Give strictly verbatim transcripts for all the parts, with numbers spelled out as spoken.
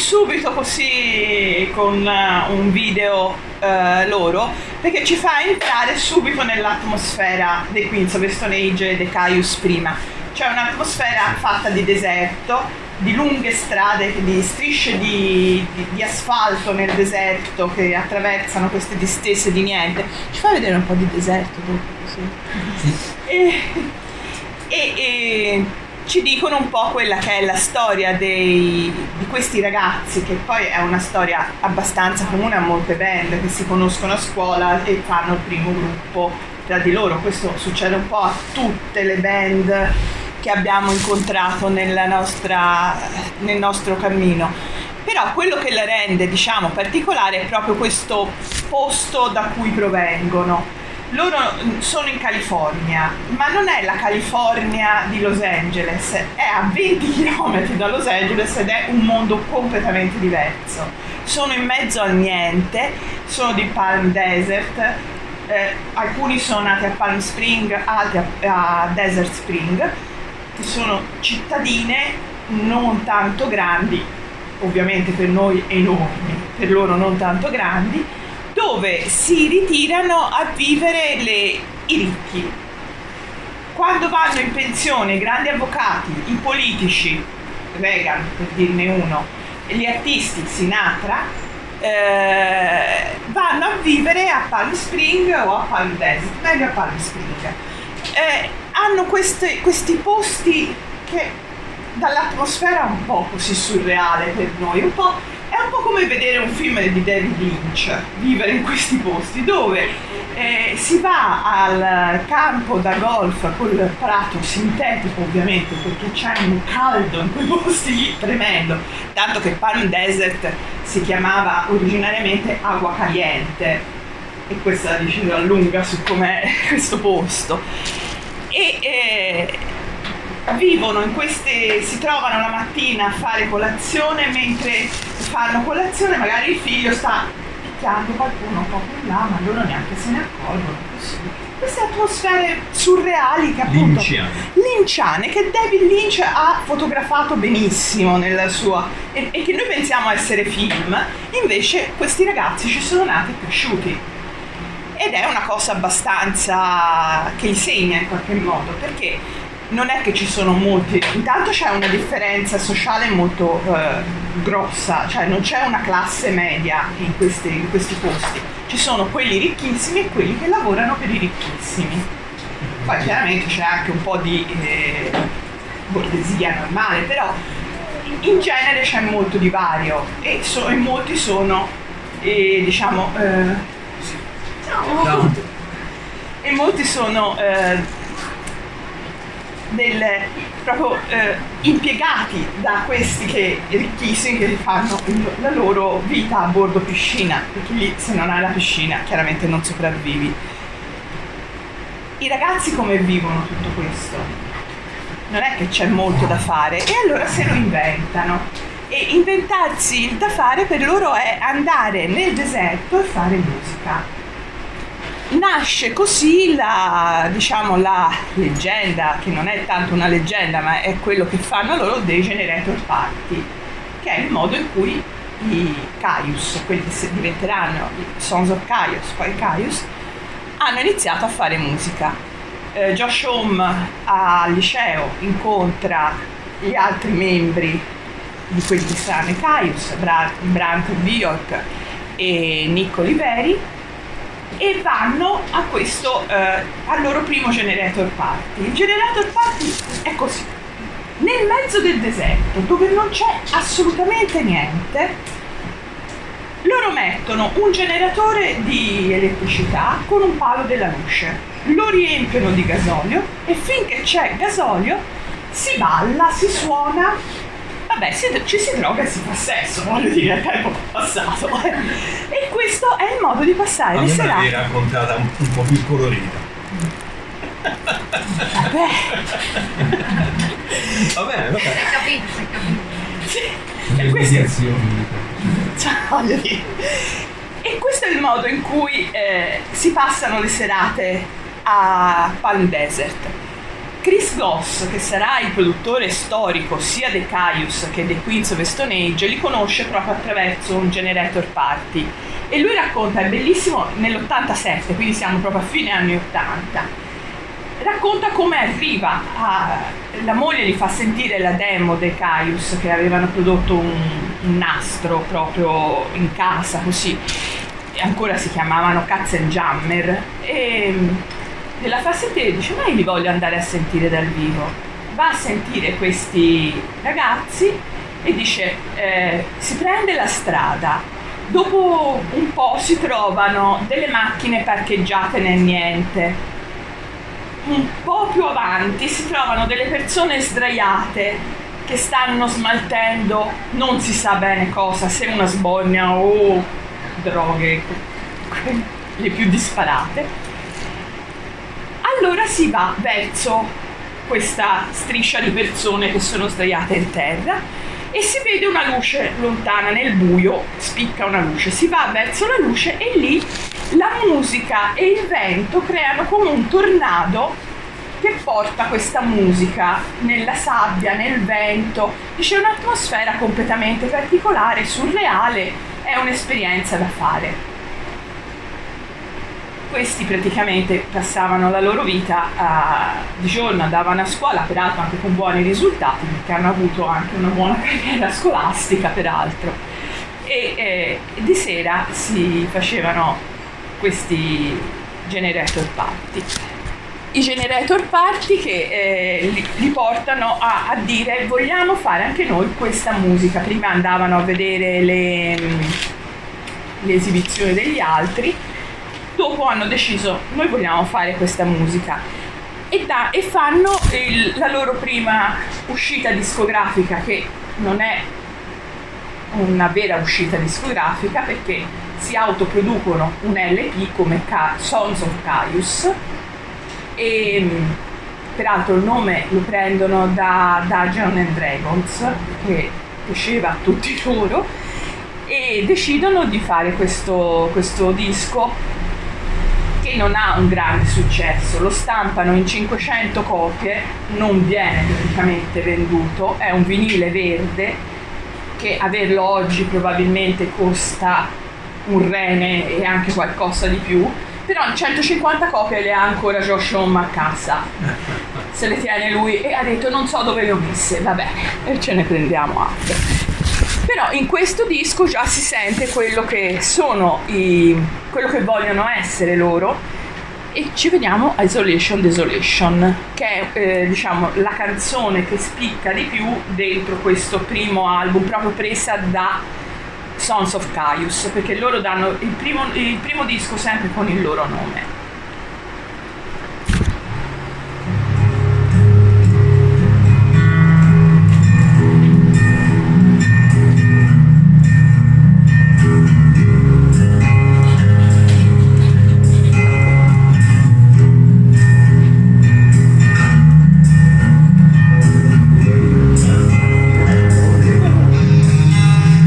subito così con uh, un video uh, loro, perché ci fa entrare subito nell'atmosfera dei Queens of the Stone Age e dei Caius prima. C'è un'atmosfera fatta di deserto, di lunghe strade, di strisce di, di, di asfalto nel deserto che attraversano queste distese di niente. Ci fai vedere un po' di deserto dopo così? Sì. E, e, e ci dicono un po' quella che è la storia dei, di questi ragazzi, che poi è una storia abbastanza comune a molte band che si conoscono a scuola e fanno il primo gruppo tra di loro. Questo succede un po' a tutte le band che abbiamo incontrato nella nostra, nel nostro cammino. Però quello che la rende, diciamo, particolare è proprio questo posto da cui provengono. Loro sono in California, ma non è la California di Los Angeles, è a venti chilometri da Los Angeles ed è un mondo completamente diverso. Sono in mezzo al niente, sono di Palm Desert, eh, alcuni sono nati a Palm Spring, altri a, a Desert Spring, che sono cittadine non tanto grandi, ovviamente per noi enormi, per loro non tanto grandi, dove si ritirano a vivere le, i ricchi. Quando vanno in pensione i grandi avvocati, i politici, Reagan per dirne uno, e gli artisti, Sinatra, eh, vanno a vivere a Palm Spring o a Palm Desert, meglio a Palm Spring. Eh, hanno questi, questi posti che dall'atmosfera un po' così surreale per noi, un po', è un po' come vedere un film di David Lynch, vivere in questi posti dove eh, si va al campo da golf col prato sintetico, ovviamente, perché c'è un caldo in quei posti lì tremendo, tanto che Palm Desert si chiamava originariamente Agua Caliente, e questa dice la lunga su com'è questo posto. E eh, vivono in queste, si trovano la mattina a fare colazione, mentre fanno colazione magari il figlio sta picchiando qualcuno un po' più là, ma loro neanche se ne accorgono. Così. Queste atmosfere surreali che appunto linciane. linciane che David Lynch ha fotografato benissimo nella sua, e, e che noi pensiamo essere film, invece questi ragazzi ci sono nati e cresciuti. Ed è una cosa abbastanza che li segna in qualche modo, perché non è che ci sono molti, intanto c'è una differenza sociale molto eh, grossa, cioè non c'è una classe media in questi, in questi posti, ci sono quelli ricchissimi e quelli che lavorano per i ricchissimi. Poi chiaramente c'è anche un po' di eh, borghesia normale, però in genere c'è molto divario e, so, e molti sono eh, diciamo eh, No. e molti sono eh, del, proprio eh, impiegati da questi che ricchissimi che fanno il, la loro vita a bordo piscina, perché lì se non hai la piscina chiaramente non sopravvivi. I ragazzi come vivono tutto questo? Non è che c'è molto da fare e allora se lo inventano. E inventarsi il da fare per loro è andare nel deserto e fare musica. Nasce così la, diciamo, la leggenda, che non è tanto una leggenda ma è quello che fanno loro, dei Generator Party, che è il modo in cui i Caius, quelli che diventeranno i Sons of Caius, poi Caius, hanno iniziato a fare musica. eh, Josh Homme al liceo incontra gli altri membri di quelli che saranno i Caius, Brandt Bjork e Nick Oliveri, e vanno a questo eh, al loro primo Generator Party. Il Generator Party è così, nel mezzo del deserto dove non c'è assolutamente niente. Loro mettono un generatore di elettricità con un palo della luce, lo riempiono di gasolio e finché c'è gasolio si balla, si suona. Vabbè, si, ci si droga e si fa sesso, voglio dire, è tempo passato. E questo è il modo di passare le serate. A me l'hai raccontata un, un po' più colorita. Vabbè. Va bene, va bene. Si è capito, si è capito. Sì. E questo, cioè, voglio dire. E questo è il modo in cui eh, si passano le serate a Palm Desert. Chris Goss, che sarà il produttore storico sia dei Caius che dei Queens of the Stone Age, li conosce proprio attraverso un generator party. E lui racconta, è bellissimo, nell'ottantasette, quindi siamo proprio a fine anni ottanta, racconta come arriva a... la moglie gli fa sentire la demo dei Caius che avevano prodotto un, un nastro proprio in casa, così, e ancora si chiamavano Katzenjammer, e la fa sentire e dice: ma io li voglio andare a sentire dal vivo. Va a sentire questi ragazzi e dice eh, si prende la strada, dopo un po' si trovano delle macchine parcheggiate nel niente, un po' più avanti si trovano delle persone sdraiate che stanno smaltendo non si sa bene cosa, se una sbornia o droghe, le più disparate. Allora si va verso questa striscia di persone che sono sdraiate in terra e si vede una luce lontana nel buio, spicca una luce, si va verso la luce e lì la musica e il vento creano come un tornado che porta questa musica nella sabbia, nel vento. C'è un'atmosfera completamente particolare, surreale, è un'esperienza da fare. Questi praticamente passavano la loro vita uh, di giorno, andavano a scuola, peraltro anche con buoni risultati, perché hanno avuto anche una buona carriera scolastica, peraltro, e eh, di sera si facevano questi generator party. I generator party che eh, li, li portano a, a dire: vogliamo fare anche noi questa musica. Prima andavano a vedere le, le esibizioni degli altri, dopo hanno deciso: noi vogliamo fare questa musica, e, da, e fanno il, la loro prima uscita discografica, che non è una vera uscita discografica perché si autoproducono un L P come Ca- Sons of Caius, e peraltro il nome lo prendono da Dungeons and Dragons, che piaceva a tutti loro, e decidono di fare questo, questo disco che non ha un grande successo. Lo stampano in cinquecento copie, non viene praticamente venduto, è un vinile verde che averlo oggi probabilmente costa un rene e anche qualcosa di più, però in centocinquanta copie le ha ancora Josh Homme a casa, se le tiene lui, e ha detto: non so dove le ho messe, va bene, e ce ne prendiamo atto. Però in questo disco già si sente quello che sono i, quello che vogliono essere loro, e ci vediamo a Isolation Desolation, che è eh, diciamo la canzone che spicca di più dentro questo primo album, proprio presa da Sons of Caius, perché loro danno il primo, il primo disco sempre con il loro nome.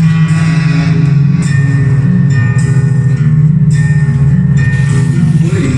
Volevi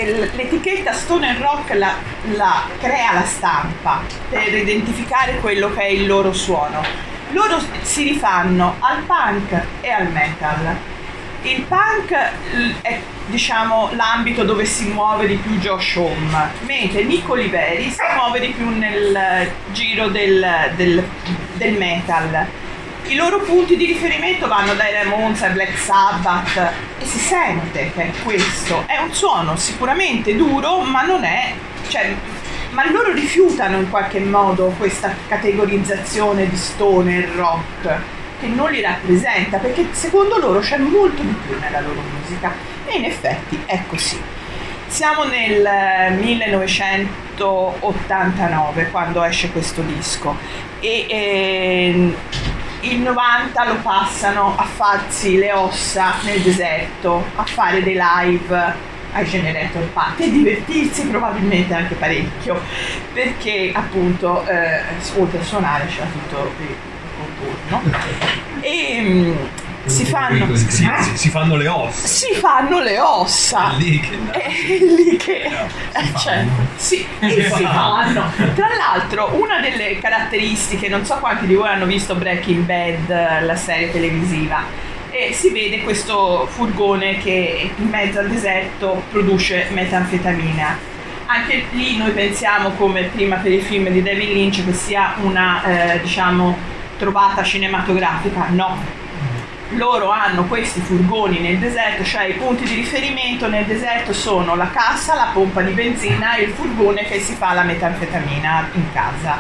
eh, l'etichetta Stoner Rock la, la crea la stampa per identificare quello che è il loro suono. Loro si rifanno al punk e al metal. Il punk è, diciamo, l'ambito dove si muove di più Josh Homme, mentre Nick Oliveri si muove di più nel giro del, del, del metal. I loro punti di riferimento vanno dai Ramones ai Black Sabbath e si sente che è questo. È un suono sicuramente duro, ma non è... Cioè, ma loro rifiutano in qualche modo questa categorizzazione di stoner rock che non li rappresenta, perché secondo loro c'è molto di più nella loro musica, e in effetti è così. Siamo nel millenovecentottantanove quando esce questo disco e eh, il novanta lo passano a farsi le ossa nel deserto, a fare dei live ai Generator Park e divertirsi probabilmente anche parecchio, perché appunto eh, oltre a suonare c'era tutto il contorno e mh, si fanno si, si, si fanno le ossa si fanno le ossa è lì che, è lì che no, eh, si cioè, sì, e si fanno. Tra l'altro una delle caratteristiche, non so quanti di voi hanno visto Breaking Bad, la serie televisiva, e si vede questo furgone che in mezzo al deserto produce metanfetamina. Anche lì noi pensiamo, come prima per i film di David Lynch, che sia una eh, diciamo trovata cinematografica. No, loro hanno questi furgoni nel deserto, cioè i punti di riferimento nel deserto sono la cassa, la pompa di benzina e il furgone che si fa la metanfetamina in casa.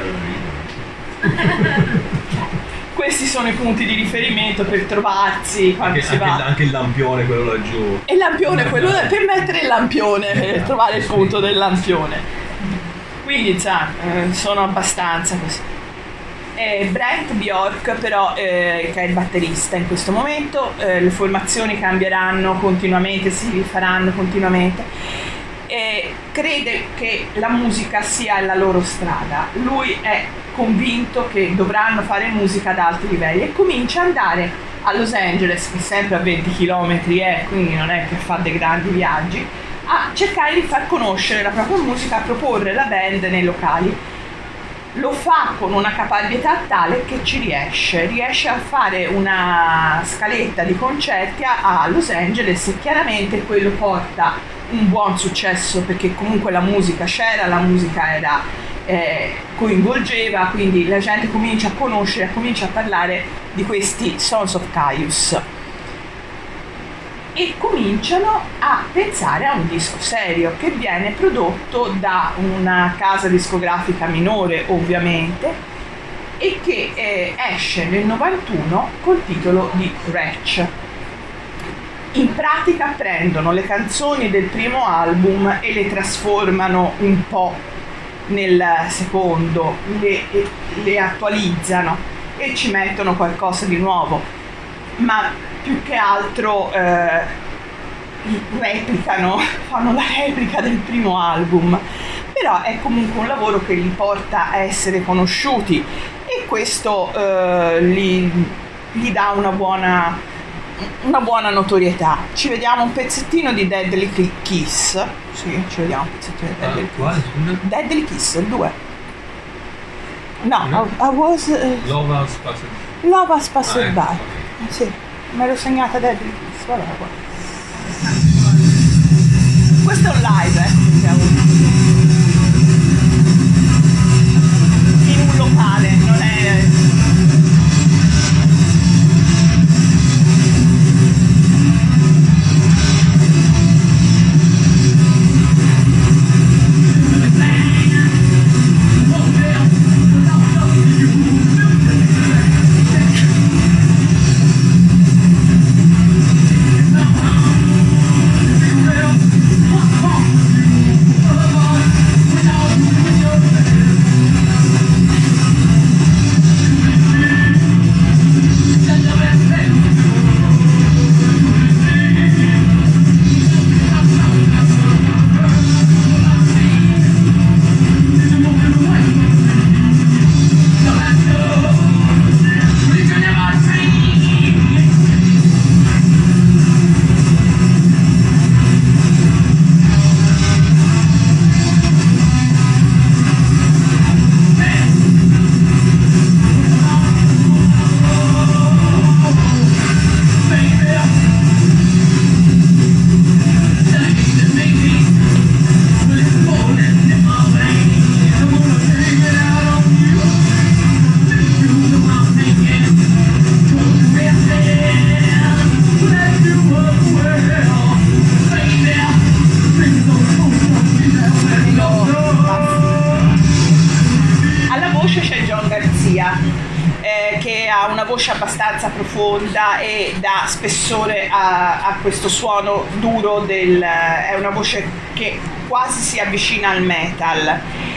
Questi sono i punti di riferimento per trovarsi quando anche, si va. anche, anche il lampione, quello laggiù. E il lampione, quello per mettere il lampione, per trovare il punto del lampione. Quindi, sa, eh, sono abbastanza così. E Brent Bjork, però, eh, che è il batterista in questo momento, eh, le formazioni cambieranno continuamente, si rifaranno continuamente. E crede che la musica sia la loro strada. Lui è convinto che dovranno fare musica ad alti livelli e comincia ad andare a Los Angeles, che sempre a venti chilometri è, quindi non è che fa dei grandi viaggi, a cercare di far conoscere la propria musica, a proporre la band nei locali. Lo fa con una caparbietà tale che ci riesce, riesce a fare una scaletta di concerti a Los Angeles e chiaramente quello porta un buon successo, perché comunque la musica c'era, la musica era eh, coinvolgeva, quindi la gente comincia a conoscere, comincia a parlare di questi Sons of Caius e cominciano a pensare a un disco serio che viene prodotto da una casa discografica minore, ovviamente, e che eh, esce nel novantuno col titolo di Wretch. In pratica prendono le canzoni del primo album e le trasformano un po' nel secondo, le, le attualizzano e ci mettono qualcosa di nuovo, ma più che altro eh, replicano, fanno la replica del primo album, però è comunque un lavoro che li porta a essere conosciuti e questo eh, li, gli dà una buona una buona notorietà. Ci vediamo un pezzettino di Deadly Kiss. Sì, ci vediamo un pezzettino di Deadly ah, Kiss. Deadly Kiss, il due. No, no. I, I was uh, Love Has Passed Love Has Passed ah, ecco. By. Sì, me l'ho segnata Deadly Kiss, guarda qua. Questo è un live, eh, in un locale, non è c'è John Garcia, eh, che ha una voce abbastanza profonda e dà spessore a, a questo suono duro del, è una voce che quasi si avvicina al metal.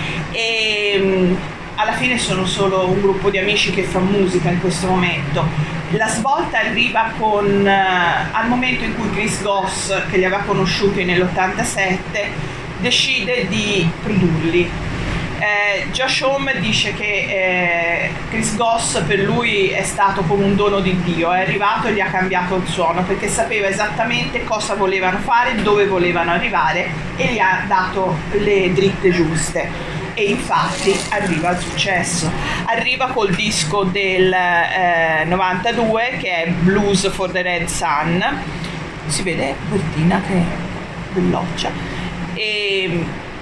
E mh, alla fine sono solo un gruppo di amici che fa musica in questo momento. La svolta arriva con uh, al momento in cui Chris Goss, che li aveva conosciuti nell'ottantasette, decide di produrli. Eh, Josh Homme dice che eh, Chris Goss per lui è stato come un dono di Dio, è arrivato e gli ha cambiato il suono perché sapeva esattamente cosa volevano fare, dove volevano arrivare e gli ha dato le dritte giuste. E infatti arriva al successo, arriva col disco del eh, novantadue che è Blues for the Red Sun, si vede Bertina che belloccia, e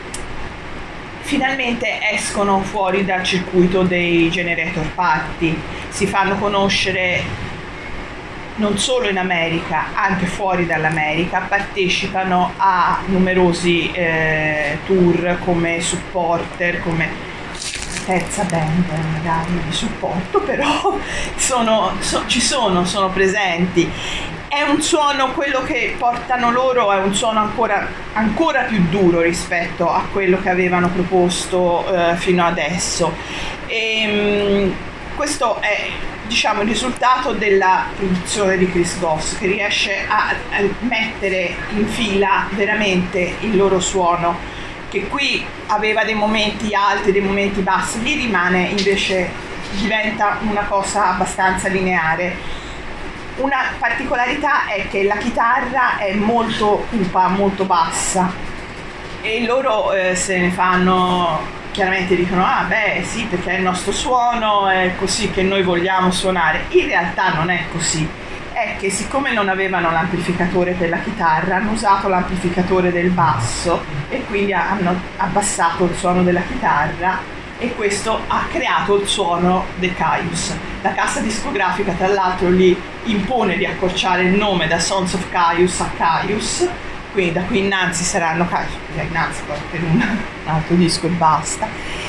finalmente escono fuori dal circuito dei Generator Party, si fanno conoscere non solo in America, anche fuori dall'America, partecipano a numerosi eh, tour come supporter, come terza band magari di supporto, però sono, so, ci sono, sono presenti. È un suono, quello che portano loro è un suono ancora, ancora più duro rispetto a quello che avevano proposto eh, fino adesso. E, mh, questo è, diciamo, il risultato della produzione di Chris Goss, che riesce a, a mettere in fila veramente il loro suono, che qui aveva dei momenti alti, dei momenti bassi, lì rimane invece, diventa una cosa abbastanza lineare. Una particolarità è che la chitarra è molto cupa, molto bassa, e loro eh, se ne fanno, chiaramente dicono ah beh sì, perché è il nostro suono, è così che noi vogliamo suonare. In realtà non è così, è che siccome non avevano l'amplificatore per la chitarra hanno usato l'amplificatore del basso e quindi hanno abbassato il suono della chitarra, e questo ha creato il suono dei Kyuss. La casa discografica tra l'altro gli impone di accorciare il nome da Sons of Kyuss a Kyuss, quindi da qui innanzi saranno Kyuss, innanzi poi per un altro disco e basta.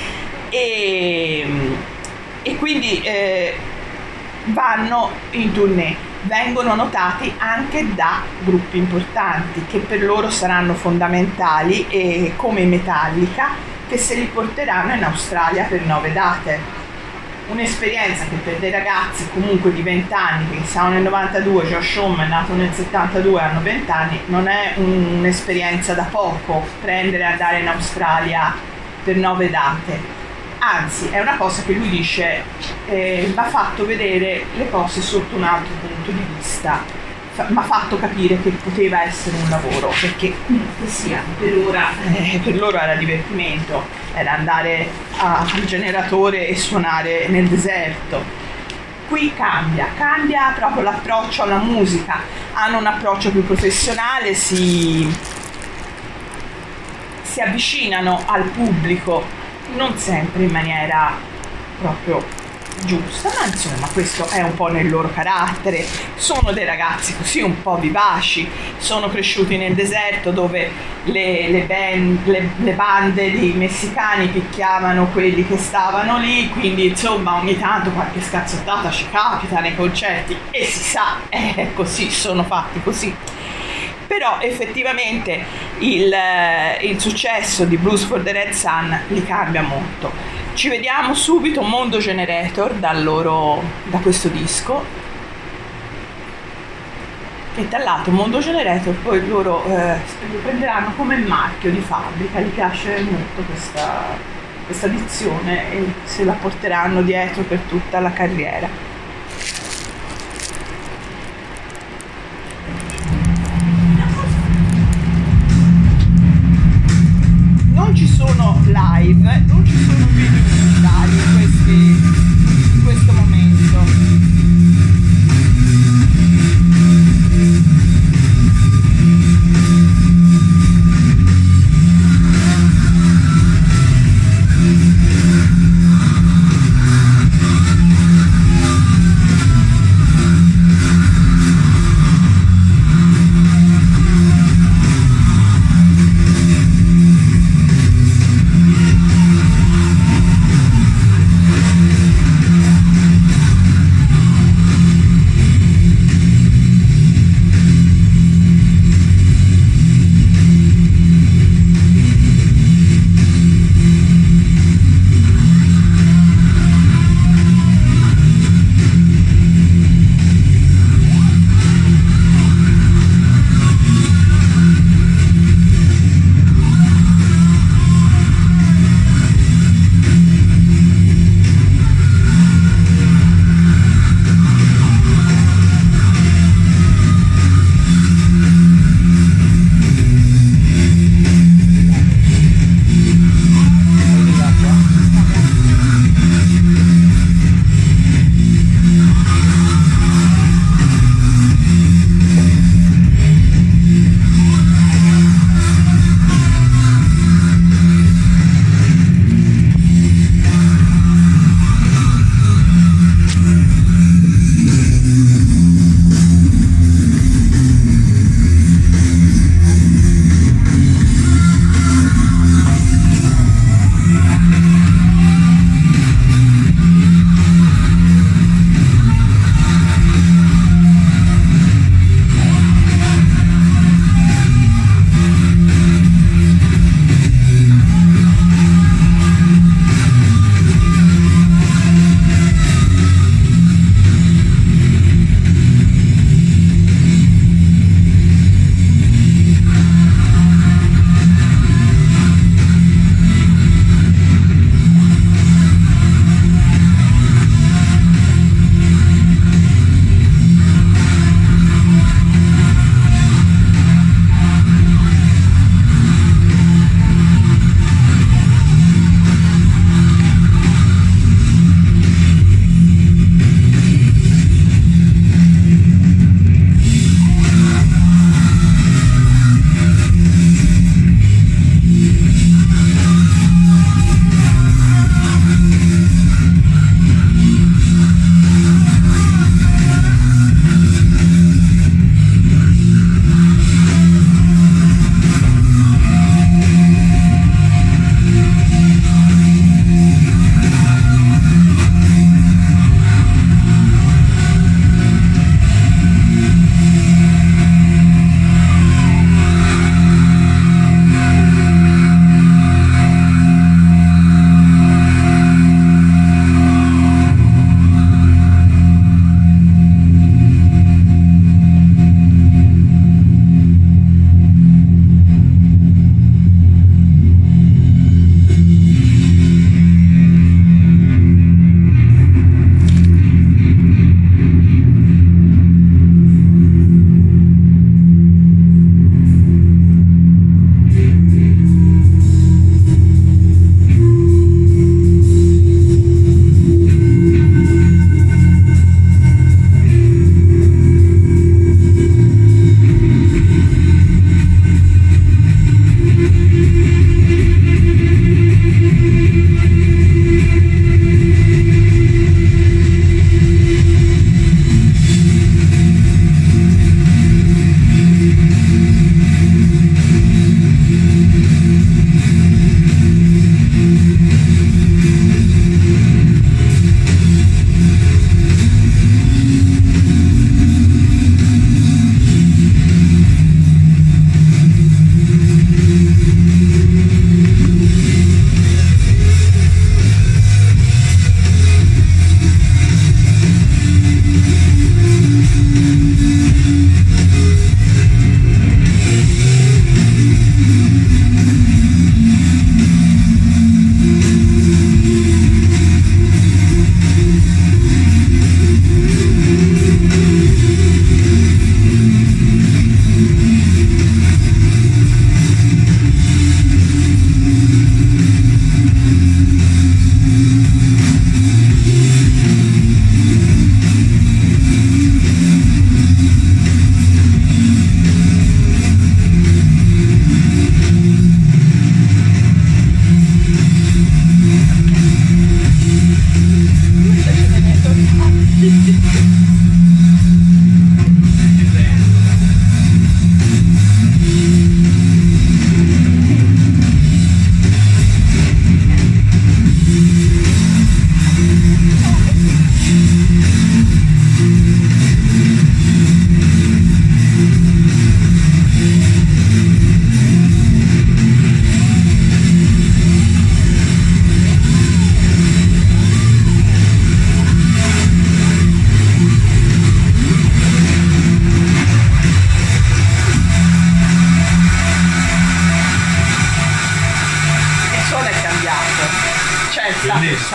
E, e quindi eh, vanno in tournée, vengono notati anche da gruppi importanti che per loro saranno fondamentali, e come i Metallica, che se li porteranno in Australia per nove date. Un'esperienza che per dei ragazzi comunque di venti anni, che stavano nel novantadue, Josh Homme è nato nel settantadue, hanno venti anni, non è un, un'esperienza da poco prendere e andare in Australia per nove date. Anzi, è una cosa che lui dice eh, va fatto vedere le cose sotto un altro punto di vista, mi ha fatto capire che poteva essere un lavoro, perché comunque sia per ora eh, per loro era divertimento, era andare a, al generatore e suonare nel deserto. Qui cambia, cambia proprio l'approccio alla musica, hanno un approccio più professionale, si, si avvicinano al pubblico, non sempre in maniera proprio giusta, ma insomma questo è un po' nel loro carattere. Sono dei ragazzi così un po' vivaci, sono cresciuti nel deserto dove le, le, band, le, le bande di messicani picchiavano quelli che stavano lì, quindi insomma ogni tanto qualche scazzottata ci capita nei concerti, e si sa, è così, sono fatti così. Però effettivamente il, il successo di Blues for the Red Sun li cambia molto. Ci vediamo subito Mondo Generator dal loro, da questo disco, e tra l'altro Mondo Generator poi loro eh, lo prenderanno come marchio di fabbrica, gli piace molto questa, questa dizione e se la porteranno dietro per tutta la carriera. Non ci sono live, non ci sono video musicali in, questi, in questo momento.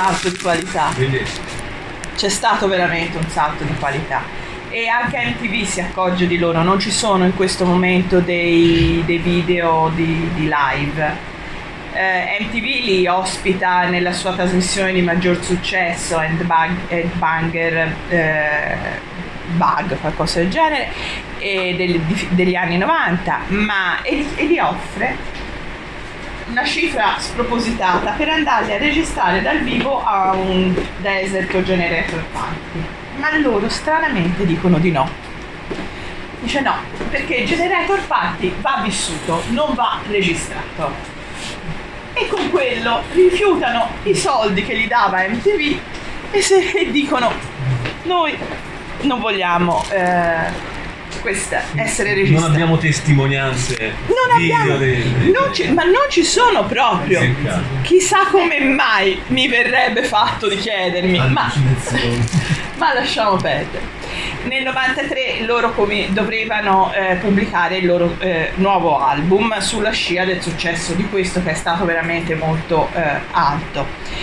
salto di qualità. Bellissimo. C'è stato veramente un salto di qualità. E anche M T V si accorge di loro, non ci sono in questo momento dei, dei video di, di live. Eh, M T V li ospita nella sua trasmissione di maggior successo, Headbanger eh, Bug, qualcosa del genere, e del, di, degli anni novanta, ma e, e gli offre una cifra spropositata per andarli a registrare dal vivo a un Desert Generator Party. Ma loro stranamente dicono di no. Dice no, perché il Generator Party va vissuto, non va registrato. E con quello rifiutano i soldi che gli dava M T V e, se, e dicono noi non vogliamo eh, questa, essere registrati. Non abbiamo testimonianze. Non video abbiamo, dei, dei, non ci, ma non ci sono proprio. Chissà come mai mi verrebbe fatto di chiedermi, ma, ma lasciamo perdere. Nel novantatré loro come dovevano eh, pubblicare il loro eh, nuovo album sulla scia del successo di questo, che è stato veramente molto eh, alto.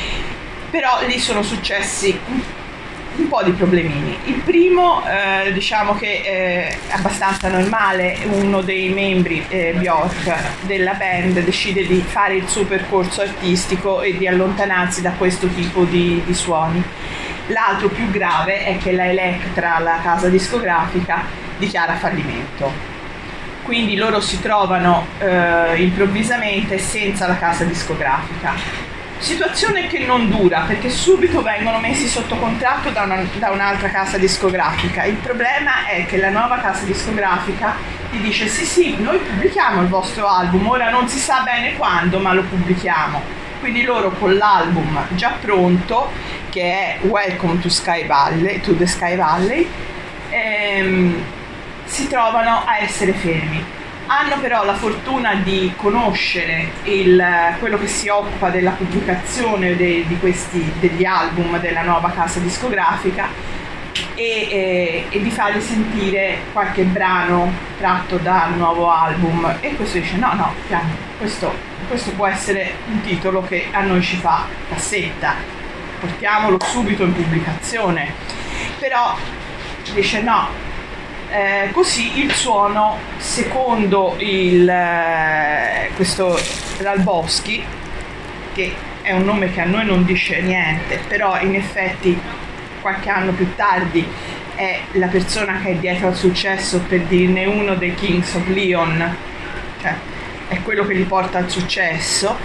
Però lì sono successi un, un po' di problemini. Il primo, eh, diciamo che è abbastanza normale, uno dei membri, eh, Bjork, della band decide di fare il suo percorso artistico e di allontanarsi da questo tipo di, di suoni. L'altro più grave è che la Elektra, la casa discografica, dichiara fallimento. Quindi loro si trovano eh, improvvisamente senza la casa discografica. Situazione che non dura, perché subito vengono messi sotto contratto da, una, da un'altra casa discografica. Il problema è che la nuova casa discografica ti dice sì sì, noi pubblichiamo il vostro album, ora non si sa bene quando, ma lo pubblichiamo. Quindi loro con l'album già pronto, che è Welcome to Sky Valley, to the Sky Valley, ehm, si trovano a essere fermi. Hanno però la fortuna di conoscere il, quello che si occupa della pubblicazione de, di questi, degli album della nuova casa discografica e, e, e di fargli sentire qualche brano tratto dal nuovo album, e questo dice no no, piano, questo, questo può essere un titolo che a noi ci fa cassetta, portiamolo subito in pubblicazione. Però dice no, eh, così il suono, secondo il, eh, questo Ralbowski, che è un nome che a noi non dice niente, però in effetti qualche anno più tardi è la persona che è dietro al successo, per dirne uno, dei Kings of Leon, cioè è quello che li porta al successo,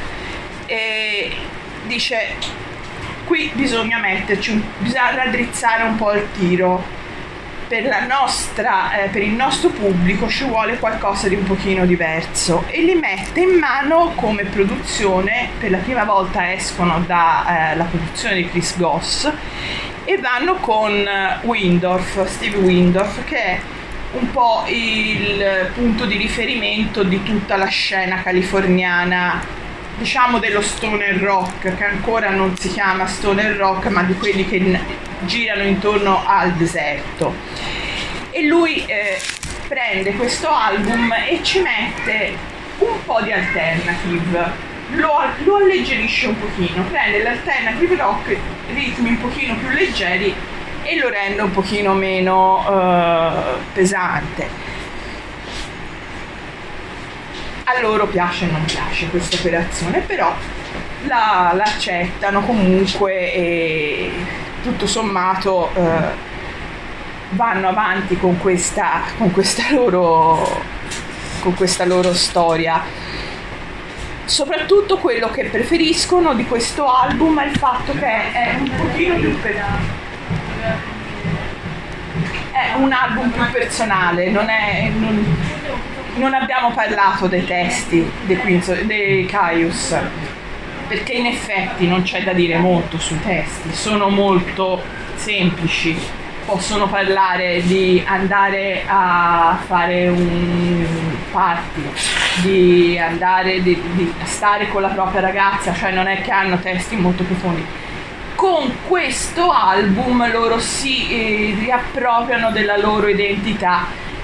e dice qui bisogna metterci un, bisogna raddrizzare un po' il tiro, per la nostra eh, per il nostro pubblico ci vuole qualcosa di un pochino diverso, e li mette in mano come produzione. Per la prima volta escono da eh, la produzione di Chris Goss e vanno con Windorf, Steve Windorf, che è un po' il punto di riferimento di tutta la scena californiana, diciamo dello stoner rock, che ancora non si chiama stoner rock, ma di quelli che girano intorno al deserto. E lui eh, prende questo album e ci mette un po' di alternative, lo, lo alleggerisce un pochino, prende l'alternative rock, ritmi un pochino più leggeri, e lo rende un pochino meno eh, pesante. A loro piace o non piace questa operazione, però la, la accettano comunque, e tutto sommato eh, vanno avanti con questa, con questa loro con questa loro storia. Soprattutto quello che preferiscono di questo album è il fatto che è un pochino più pesante. È un album più personale, non è non, non abbiamo parlato dei testi dei, Queens, dei Caius, perché in effetti non c'è da dire molto sui testi, sono molto semplici. Possono parlare di andare a fare un party, di andare di, di stare con la propria ragazza, cioè non è che hanno testi molto profondi. Con questo album loro si eh, riappropriano della loro identità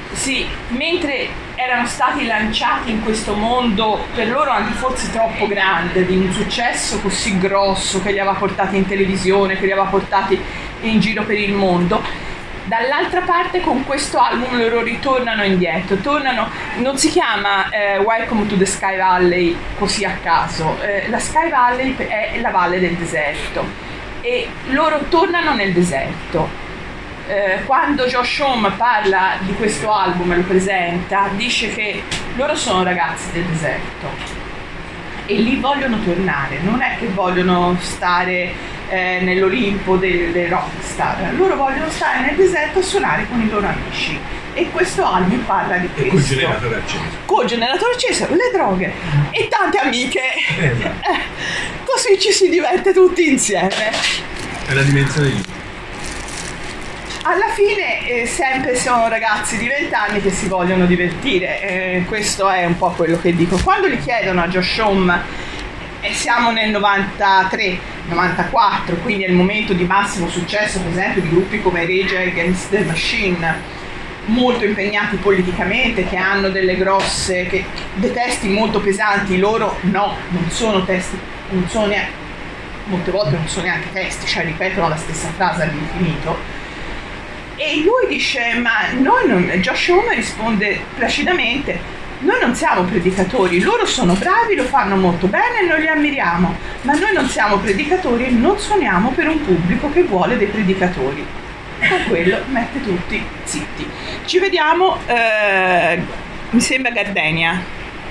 sì, mentre erano stati lanciati in questo mondo, per loro anche forse troppo grande, di un successo così grosso che li aveva portati in televisione, che li aveva portati in giro per il mondo, dall'altra parte con questo album loro ritornano indietro, tornano, non si chiama eh, Welcome to the Sky Valley così a caso, eh, la Sky Valley è la valle del deserto e loro tornano nel deserto. Eh, quando Josh Homme parla di questo album e lo presenta, dice che loro sono ragazzi del deserto e lì vogliono tornare, non è che vogliono stare eh, nell'Olimpo dei, dei rockstar, loro vogliono stare nel deserto a suonare con i loro amici e questo album parla di E questo. col generatore acceso. Col generatore acceso, le droghe e tante amiche. Esatto. Eh, così ci si diverte tutti insieme. È la dimensione di... Alla fine eh, sempre sono ragazzi di vent'anni che si vogliono divertire, eh, questo è un po' quello che dico. Quando gli chiedono a Josh Homme, e siamo nel novantatré novantaquattro, quindi è il momento di massimo successo per esempio di gruppi come Rage Against the Machine, molto impegnati politicamente, che hanno delle grosse, che, dei testi molto pesanti, loro no, non sono testi, non sono neanche, molte volte non sono neanche testi, cioè ripetono la stessa frase all'infinito. E lui dice, ma noi non, Josh Homme risponde placidamente, noi non siamo predicatori, loro sono bravi, lo fanno molto bene e noi li ammiriamo, ma noi non siamo predicatori e non suoniamo per un pubblico che vuole dei predicatori. Con quello mette tutti zitti. Ci vediamo, eh, mi sembra Gardenia.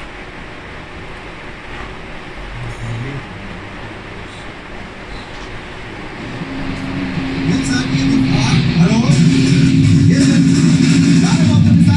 Hallo? Hier sind gerade auf dem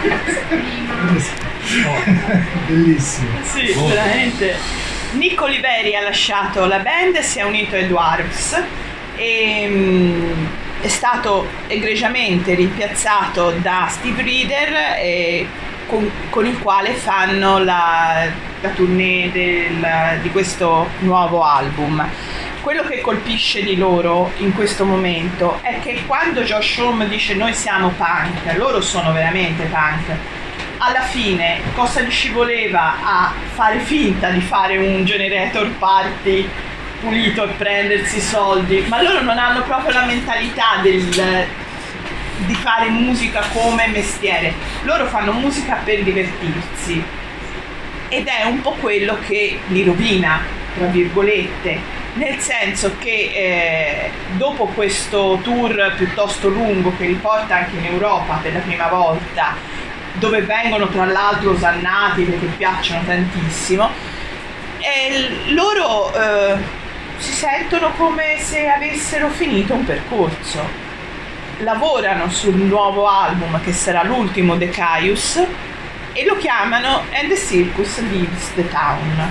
Bellissimo. Sì, veramente. Nico Oliveri ha lasciato la band e si è unito ai Dwarfs e mh, è stato egregiamente rimpiazzato da Steve Reeder e con, con il quale fanno la, la tournée del, di questo nuovo album. Quello che colpisce di loro in questo momento è che quando Josh Homme dice noi siamo punk, loro sono veramente punk. Alla fine cosa gli ci voleva a fare finta di fare un generator party pulito e prendersi i soldi, ma loro non hanno proprio la mentalità del, di fare musica come mestiere, loro fanno musica per divertirsi ed è un po' quello che li rovina, tra virgolette, nel senso che eh, dopo questo tour piuttosto lungo che li porta anche in Europa per la prima volta, dove vengono tra l'altro osannati perché piacciono tantissimo, e loro eh, si sentono come se avessero finito un percorso, lavorano sul nuovo album che sarà l'ultimo The Caius e lo chiamano And the Circus Leaves the Town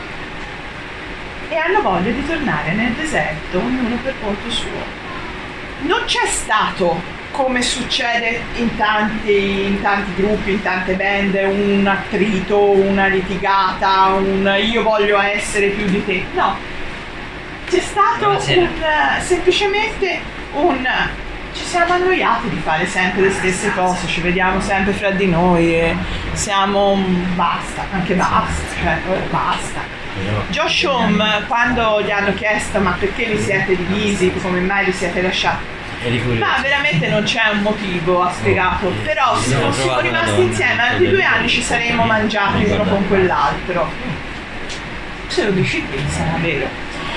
e hanno voglia di tornare nel deserto, ognuno per conto suo. Non c'è stato, come succede in tanti, in tanti gruppi, in tante band, un attrito, una litigata, un io voglio essere più di te. No, c'è stato un, semplicemente un ci siamo annoiati di fare sempre le stesse cose, ci vediamo sempre fra di noi e siamo basta, anche basta, cioè, basta. Josh Homme, quando gli hanno chiesto ma perché vi siete divisi, come mai vi siete lasciati, ma veramente non c'è un motivo, ha spiegato, però se fossimo rimasti insieme altri due anni ci saremmo mangiati uno con quell'altro. Se lo dici te sarà vero.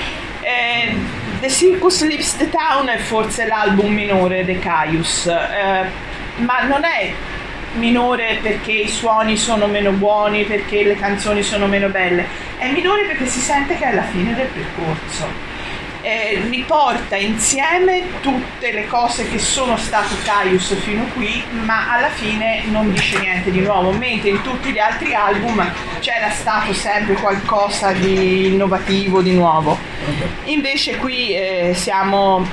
eh, The Circus Leaves the Town è forse l'album minore dei Caius, eh, ma non è minore perché i suoni sono meno buoni, perché le canzoni sono meno belle, è minore perché si sente che è alla fine del percorso. Eh, riporta insieme tutte le cose che sono state Caius fino qui, ma alla fine non dice niente di nuovo, mentre in tutti gli altri album c'era stato sempre qualcosa di innovativo, di nuovo. Invece qui eh, siamo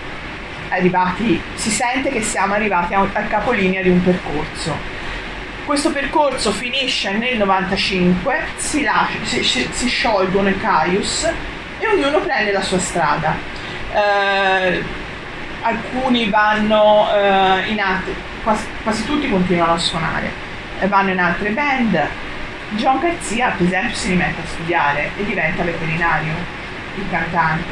arrivati, si sente che siamo arrivati al capolinea di un percorso. Questo percorso finisce nel novantacinque, si, lascia, si, si sciolgono i Caius e ognuno prende la sua strada. Eh, alcuni vanno eh, in altre, quasi, quasi tutti continuano a suonare, eh, vanno in altre band. John Garcia, per esempio, si rimette a studiare e diventa veterinario, il cantante.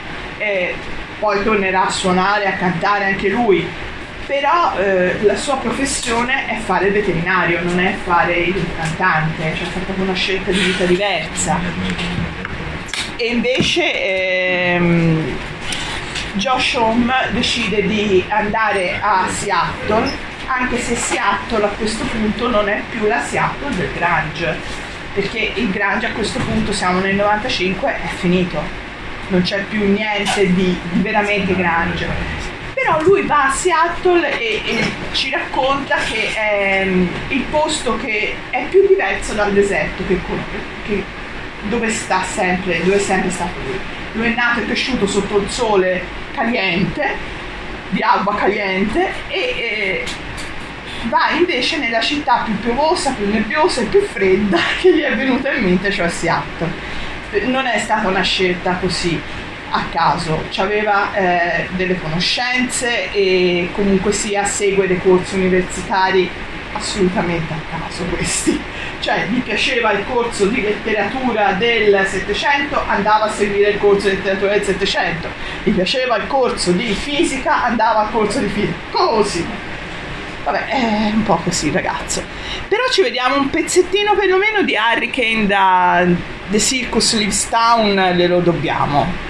E poi tornerà a suonare, a cantare anche lui, però eh, la sua professione è fare il veterinario, non è fare il cantante, cioè è stata una scelta di vita diversa. E invece ehm, Josh Homme decide di andare a Seattle, anche se Seattle a questo punto non è più la Seattle del grunge, perché il grunge a questo punto, siamo nel novantacinque, è finito, non c'è più niente di, di veramente grunge. Però lui va a Seattle e, e ci racconta che è il posto che è più diverso dal deserto che, che dove sta sempre, dove è sempre stato lui. Lui è nato e cresciuto sotto il sole caliente, di alba caliente, e, e va invece nella città più piovosa, più nebbiosa e più fredda che gli è venuta in mente, cioè Seattle. Non è stata una scelta così a caso, aveva eh, delle conoscenze e comunque sia segue dei corsi universitari assolutamente a caso questi, cioè gli piaceva il corso di letteratura del Settecento, andava a seguire il corso di letteratura del Settecento, gli piaceva il corso di fisica, andava al corso di fisica, così. Vabbè, è un po' così ragazzo. Però ci vediamo un pezzettino perlomeno di Hurricane da The Circus Leaves Town, glielo dobbiamo.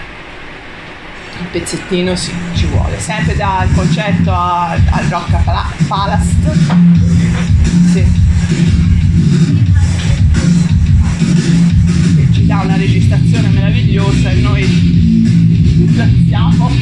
Un pezzettino sì, ci vuole, sempre dal concerto al, al Rock Palace. Sì. Che ci dà una registrazione meravigliosa e noi ringraziamo.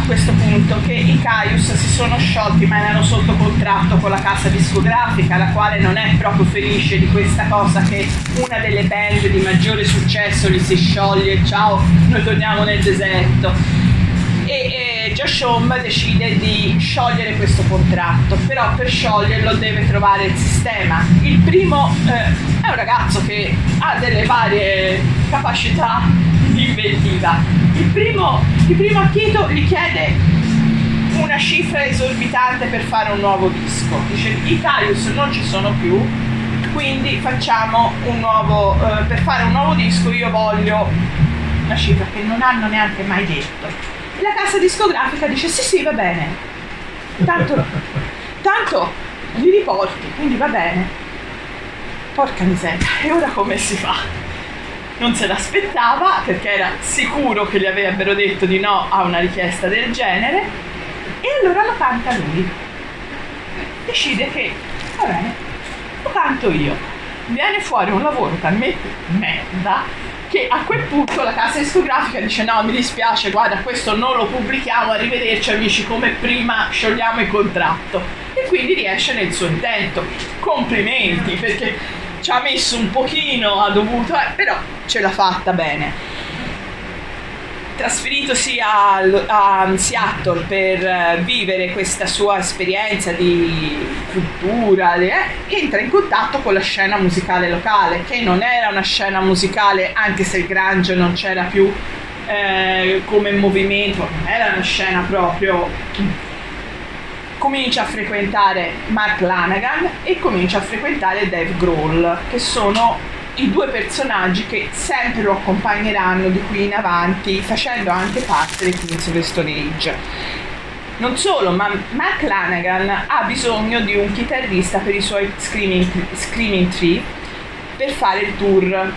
questo punto che i Caius si sono sciolti, ma erano sotto contratto con la casa discografica, la quale non è proprio felice di questa cosa, che una delle band di maggiore successo li si scioglie, ciao, noi torniamo nel deserto. E, e Josh Homme decide di sciogliere questo contratto, però per scioglierlo deve trovare il sistema. Il primo eh, è un ragazzo che ha delle varie capacità di inventiva. Il primo, il primo acchito gli chiede una cifra esorbitante per fare un nuovo disco. Dice: i Caius non ci sono più, quindi facciamo un nuovo, eh, per fare un nuovo disco io voglio una cifra che non hanno neanche mai detto. E la casa discografica dice: sì sì, va bene, tanto, tanto li riporti, quindi va bene. Porca miseria, e ora come si fa? Non se l'aspettava, perché era sicuro che gli avrebbero detto di no a una richiesta del genere, e allora lo canta lui. Decide che, va bene, lo canto io. Viene fuori un lavoro talmente merda che a quel punto la casa discografica dice: no, mi dispiace, guarda, questo non lo pubblichiamo, arrivederci amici, come prima, sciogliamo il contratto. E quindi riesce nel suo intento. Complimenti, perché ci ha messo un pochino, ha dovuto, eh, però ce l'ha fatta bene. Trasferitosi a, a Seattle per uh, vivere questa sua esperienza di cultura, eh, entra in contatto con la scena musicale locale, che non era una scena musicale, anche se il grunge non c'era più eh, come movimento, non era una scena proprio. Comincia a frequentare Mark Lanegan e comincia a frequentare Dave Grohl, che sono i due personaggi che sempre lo accompagneranno di qui in avanti, facendo anche parte dei Queens of the Stone Age. Non solo, ma Mark Lanegan ha bisogno di un chitarrista per i suoi Screaming, Screaming Tree per fare il tour.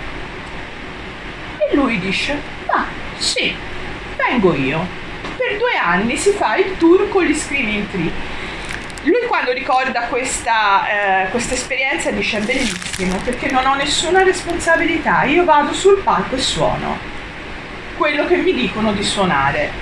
E lui dice: ah, sì, vengo io. Per due anni si fa il tour con gli Screaming Tree. Lui, quando ricorda questa, eh, questa esperienza, dice: è bellissimo, perché non ho nessuna responsabilità, io vado sul palco e suono quello che mi dicono di suonare.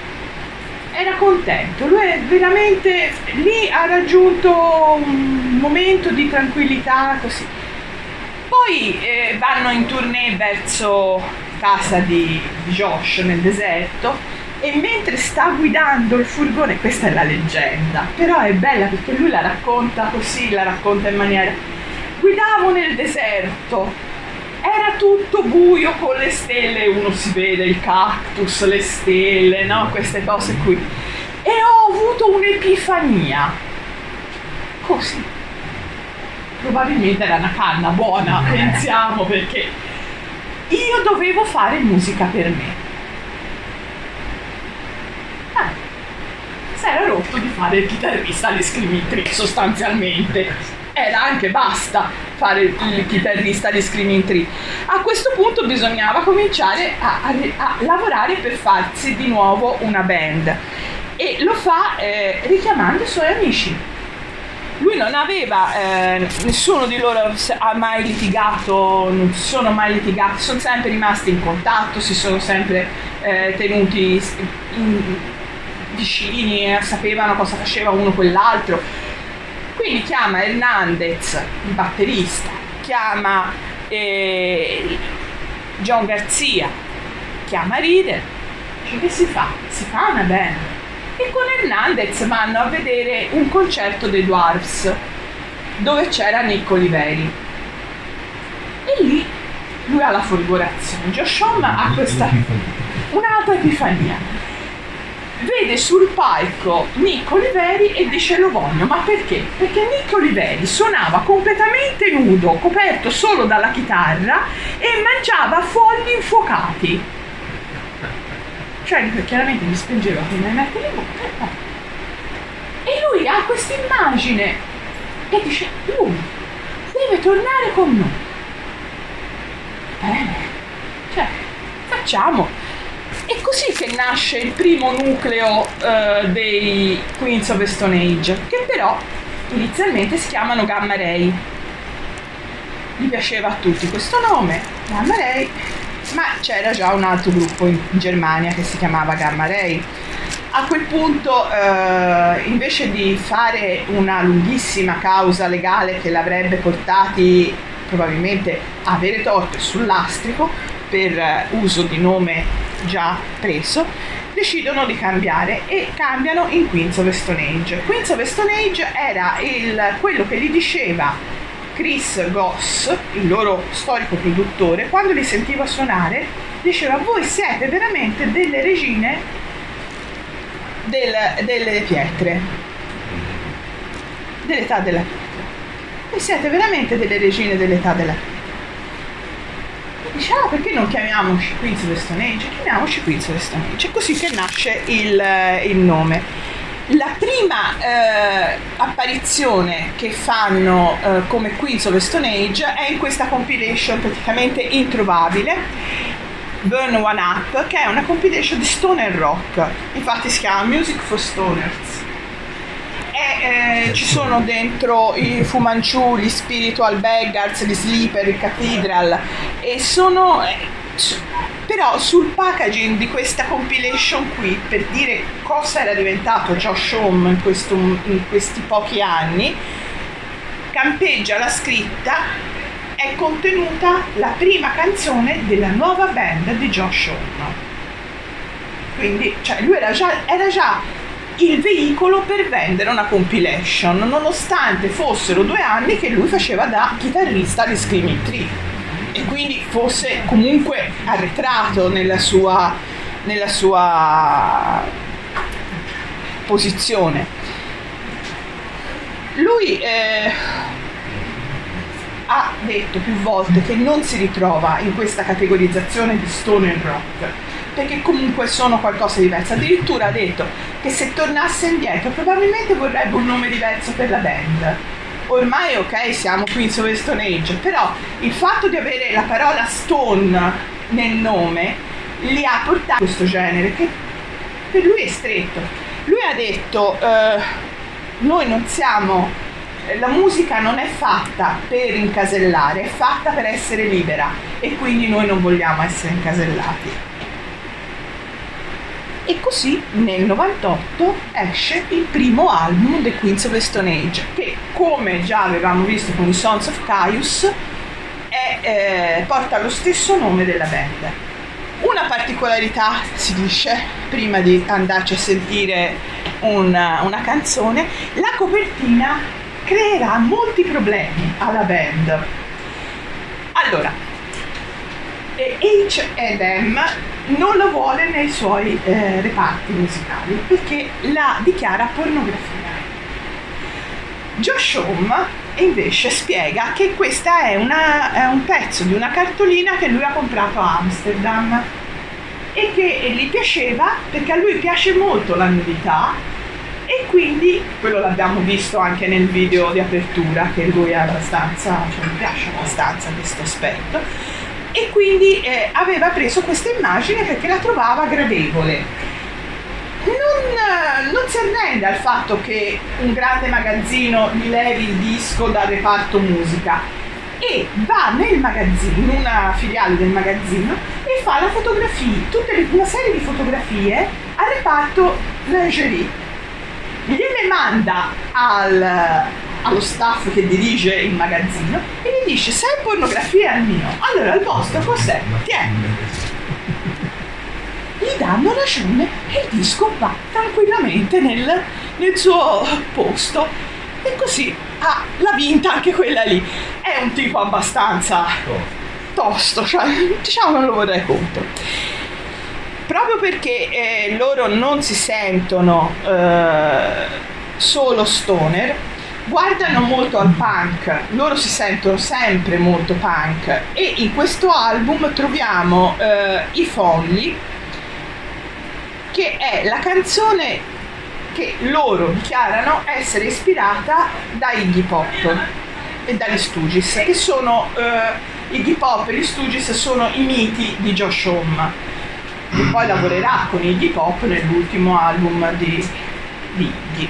Era contento, lui è veramente lì, ha raggiunto un momento di tranquillità, così. Poi eh, vanno in tournée verso casa di, di Josh nel deserto, e mentre sta guidando il furgone, questa è la leggenda, però è bella perché lui la racconta così, la racconta in maniera: guidavo nel deserto, era tutto buio con le stelle, uno si vede il cactus, le stelle, no? Queste cose qui, e ho avuto un'epifania, così. Probabilmente era una canna buona, pensiamo, perché io dovevo fare musica per me. Si era rotto di fare il chitarrista alle Screaming Tree, sostanzialmente. Era anche basta fare il chitarrista alle Screaming Tree. A questo punto bisognava cominciare a, a, a lavorare per farsi di nuovo una band, e lo fa eh, richiamando i suoi amici. Lui non aveva, eh, nessuno di loro ha mai litigato, non si sono mai litigati, sono sempre rimasti in contatto, si sono sempre eh, tenuti in, vicini, eh, sapevano cosa faceva uno quell'altro. Quindi chiama Hernandez, il batterista, chiama eh, John Garcia, chiama Reader, dice: che si fa? Si fa una band. E con Hernandez vanno a vedere un concerto dei Dwarfs dove c'era Nick Oliveri, e lì lui ha la folgorazione. Josh Homme ha questa un'altra epifania, vede sul palco Nick Oliveri e dice: lo voglio. Ma perché? Perché Nick Oliveri suonava completamente nudo, coperto solo dalla chitarra, e mangiava fogli infuocati. Cioè, chiaramente mi spingeva prima di mettere in bocca. E lui ha questa immagine e dice: lui deve tornare con noi. Bene, cioè, facciamo. È così che nasce il primo nucleo uh, dei Queens of the Stone Age, che però inizialmente si chiamano Gamma Ray. Gli piaceva a tutti questo nome, Gamma Ray, ma c'era già un altro gruppo in Germania che si chiamava Gamma Ray. A quel punto, eh, invece di fare una lunghissima causa legale che l'avrebbe portati probabilmente a avere torto sul lastrico per eh, uso di nome già preso, decidono di cambiare e cambiano in Queens of the Stone Age. Queens of the Stone Age era il, quello che gli diceva Chris Goss, il loro storico produttore, quando li sentiva suonare, diceva: voi siete veramente delle regine del, delle pietre, dell'età della pietra. Voi siete veramente delle regine dell'età della pietra. E dice: ah, perché non chiamiamoci Queens of the Stone Age? Chiamiamoci Queens of the Stone Age. È così che nasce il, il nome. La prima eh, apparizione che fanno eh, come Queens of the Stone Age è in questa compilation praticamente introvabile, Burn One Up, che è una compilation di stoner rock, infatti si chiama Music for Stoners. E, eh, ci sono dentro i Fu Manchu, gli Spiritual Beggars, gli Sleeper, il Cathedral, e sono... Eh, però sul packaging di questa compilation qui, per dire cosa era diventato Josh Homme in, questo, in questi pochi anni, campeggia la scritta: è contenuta la prima canzone della nuova band di Josh Homme. Quindi, cioè, lui era già, era già il veicolo per vendere una compilation, nonostante fossero due anni che lui faceva da chitarrista di Screaming Tree e quindi fosse comunque arretrato nella sua, nella sua posizione. Lui eh, ha detto più volte che non si ritrova in questa categorizzazione di stoner rock, perché comunque sono qualcosa di diverso. Addirittura ha detto che se tornasse indietro probabilmente vorrebbe un nome diverso per la band. Ormai ok, siamo Queens of the Stone Age, però il fatto di avere la parola stone nel nome li ha portati a questo genere che per lui è stretto. Lui ha detto eh, noi non siamo, la musica non è fatta per incasellare, è fatta per essere libera e quindi noi non vogliamo essere incasellati. E così nel novantotto esce il primo album The Queens of the Stone Age, che come già avevamo visto con i Sons of Caius è, eh, porta lo stesso nome della band. Una particolarità, si dice, prima di andarci a sentire una, una canzone: la copertina creerà molti problemi alla band. Allora, H and M non lo vuole nei suoi eh, reparti musicali perché la dichiara pornografia. Josh Homme invece spiega che questa è, una, è un pezzo di una cartolina che lui ha comprato a Amsterdam e che e gli piaceva perché a lui piace molto la nudità, e quindi quello l'abbiamo visto anche nel video di apertura, che lui è abbastanza, cioè mi piace abbastanza questo aspetto. E quindi eh, aveva preso questa immagine perché la trovava gradevole. Non, non si arrende al fatto che un grande magazzino gli levi il disco dal reparto musica e va nel magazzino, una filiale del magazzino, e fa la fotografia, tutte le, una serie di fotografie al reparto lingerie. Gliele manda al... allo staff che dirige il magazzino e gli dice: se è pornografia al mio, allora il vostro cos'è? Tieni. Gli danno ragione e il disco va tranquillamente nel, nel suo posto, e così ha la vinta anche quella lì. È un tipo abbastanza tosto, cioè diciamo non lo vorrei contro. Proprio perché eh, loro non si sentono eh, solo stoner, guardano molto al punk, loro si sentono sempre molto punk, e in questo album troviamo eh, I Folli, che è la canzone che loro dichiarano essere ispirata da Iggy Pop e dagli Stooges, che sono eh, Iggy Pop e gli Stooges sono i miti di Josh Homme, che poi lavorerà con Iggy Pop nell'ultimo album di, di Iggy.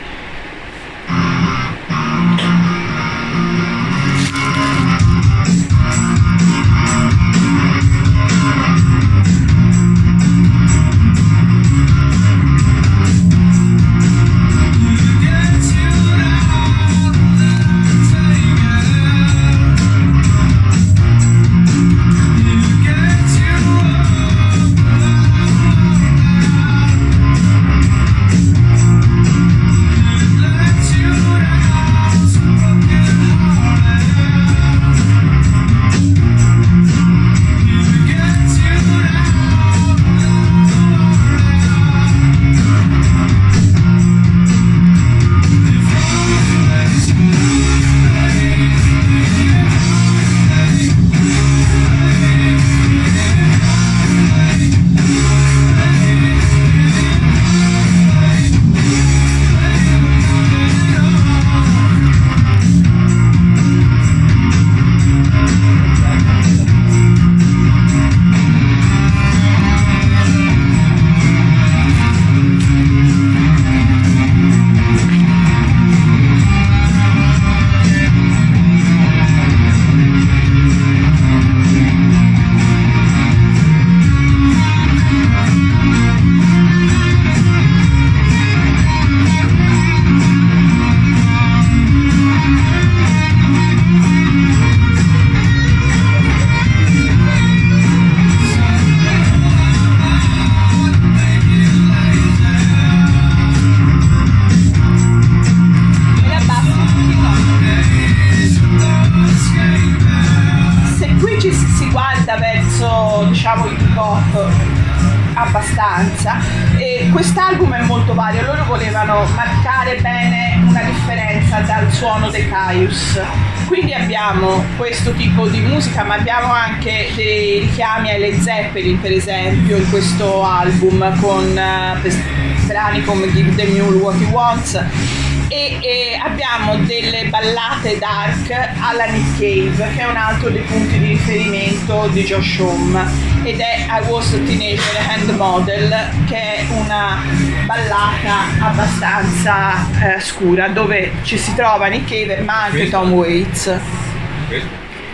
quest'album è molto vario, loro volevano marcare bene una differenza dal suono dei Caius, quindi abbiamo questo tipo di musica, ma abbiamo anche dei richiami ai Led Zeppelin per esempio in questo album, con uh, brani come Give the Mule What He Wants, e, e abbiamo delle ballate dark alla Nick Cave, che è un altro dei punti di riferimento di Josh Homme, ed è I Was a Teenager and Model, che è una ballata abbastanza eh, scura, dove ci si trova Nick Cave ma anche Tom Waits. Questo?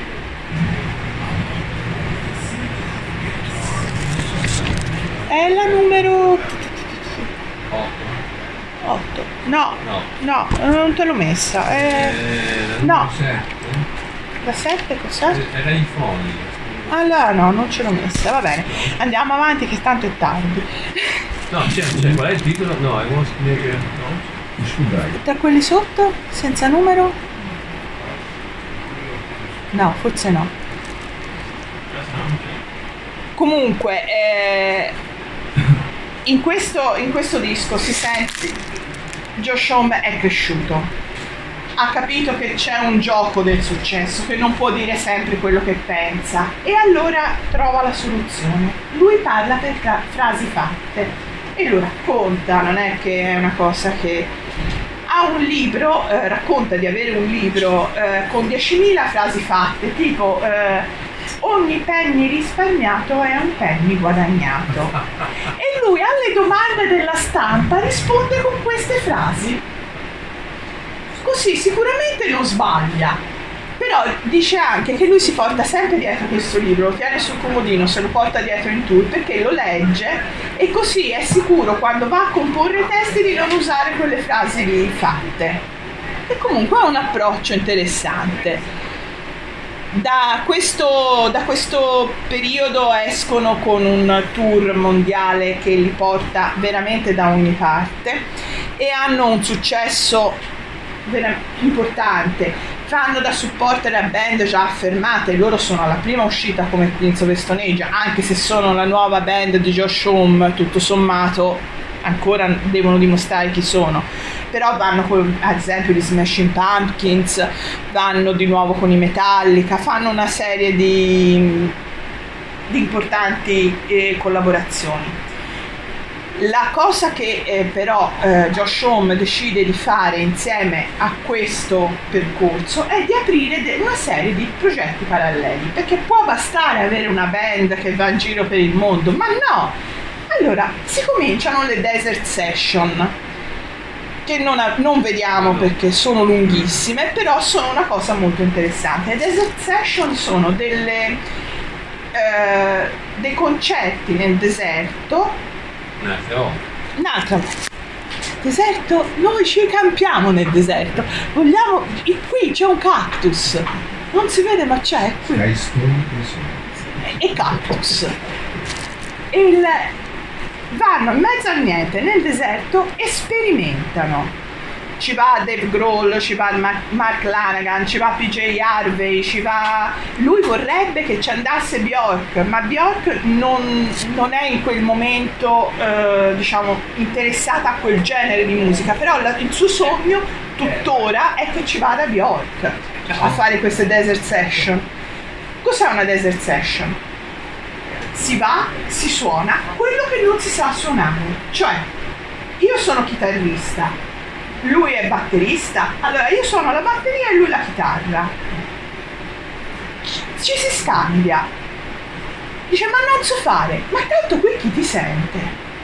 È la numero otto. otto. No, No. no, non te l'ho messa. È... Eh, no. no. sette. La sette cos'è? Era in fondi. Allora no, non ce l'ho messa, va bene. Andiamo avanti che tanto è tardi. No, c'è, c'è, qual è il titolo? No, I was nigger. No? Scusate. Tra quelli sotto, senza numero? No, forse no. Comunque, eh, in, questo, in questo disco si sente Josh Homme è cresciuto. Ha capito che c'è un gioco del successo, che non può dire sempre quello che pensa, e allora trova la soluzione. Lui parla per fra- frasi fatte e lo racconta, non è che è una cosa che... Ha un libro, eh, racconta di avere un libro eh, con diecimila frasi fatte, tipo eh, ogni penny risparmiato è un penny guadagnato. E lui alle domande della stampa risponde con queste frasi. Così sicuramente non sbaglia, però dice anche che lui si porta sempre dietro questo libro, lo tiene sul comodino, se lo porta dietro in tour perché lo legge e così è sicuro quando va a comporre i testi di non usare quelle frasi lì fatte. E comunque ha un approccio interessante. Da questo, da questo periodo escono con un tour mondiale che li porta veramente da ogni parte e hanno un successo importante, fanno da supporter a band già affermate, loro sono alla prima uscita come Queens of the Stone Age, anche se sono la nuova band di Josh Homme, tutto sommato ancora devono dimostrare chi sono, però vanno con, ad esempio, gli Smashing Pumpkins, vanno di nuovo con i Metallica, fanno una serie di, di importanti eh, collaborazioni. La cosa che eh, però eh, Josh Homme decide di fare insieme a questo percorso è di aprire de- una serie di progetti paralleli, perché può bastare avere una band che va in giro per il mondo, ma no! Allora si cominciano le Desert Session, che non, ha- non vediamo perché sono lunghissime, però sono una cosa molto interessante. Le Desert Session sono delle, eh, dei concerti nel deserto. Un'altra volta. Un'altra volta. Deserto, noi ci campiamo nel deserto. Vogliamo. Qui c'è un cactus. Non si vede, ma c'è qui. Hai scontri. E cactus. Il, vanno in mezzo a niente nel deserto e sperimentano. Ci va Dave Grohl, ci va Mark Lanegan, ci va P J Harvey, ci va... Lui vorrebbe che ci andasse Bjork, ma Bjork non, non è in quel momento, eh, diciamo, interessata a quel genere di musica, però la, il suo sogno tuttora è che ci vada Bjork a fare queste desert session. Cos'è una desert session? Si va, si suona quello che non si sa suonare, cioè io sono chitarrista, lui è batterista, allora io suono la batteria e lui la chitarra, ci si scambia, dice ma non so fare, ma tanto qui chi ti sente?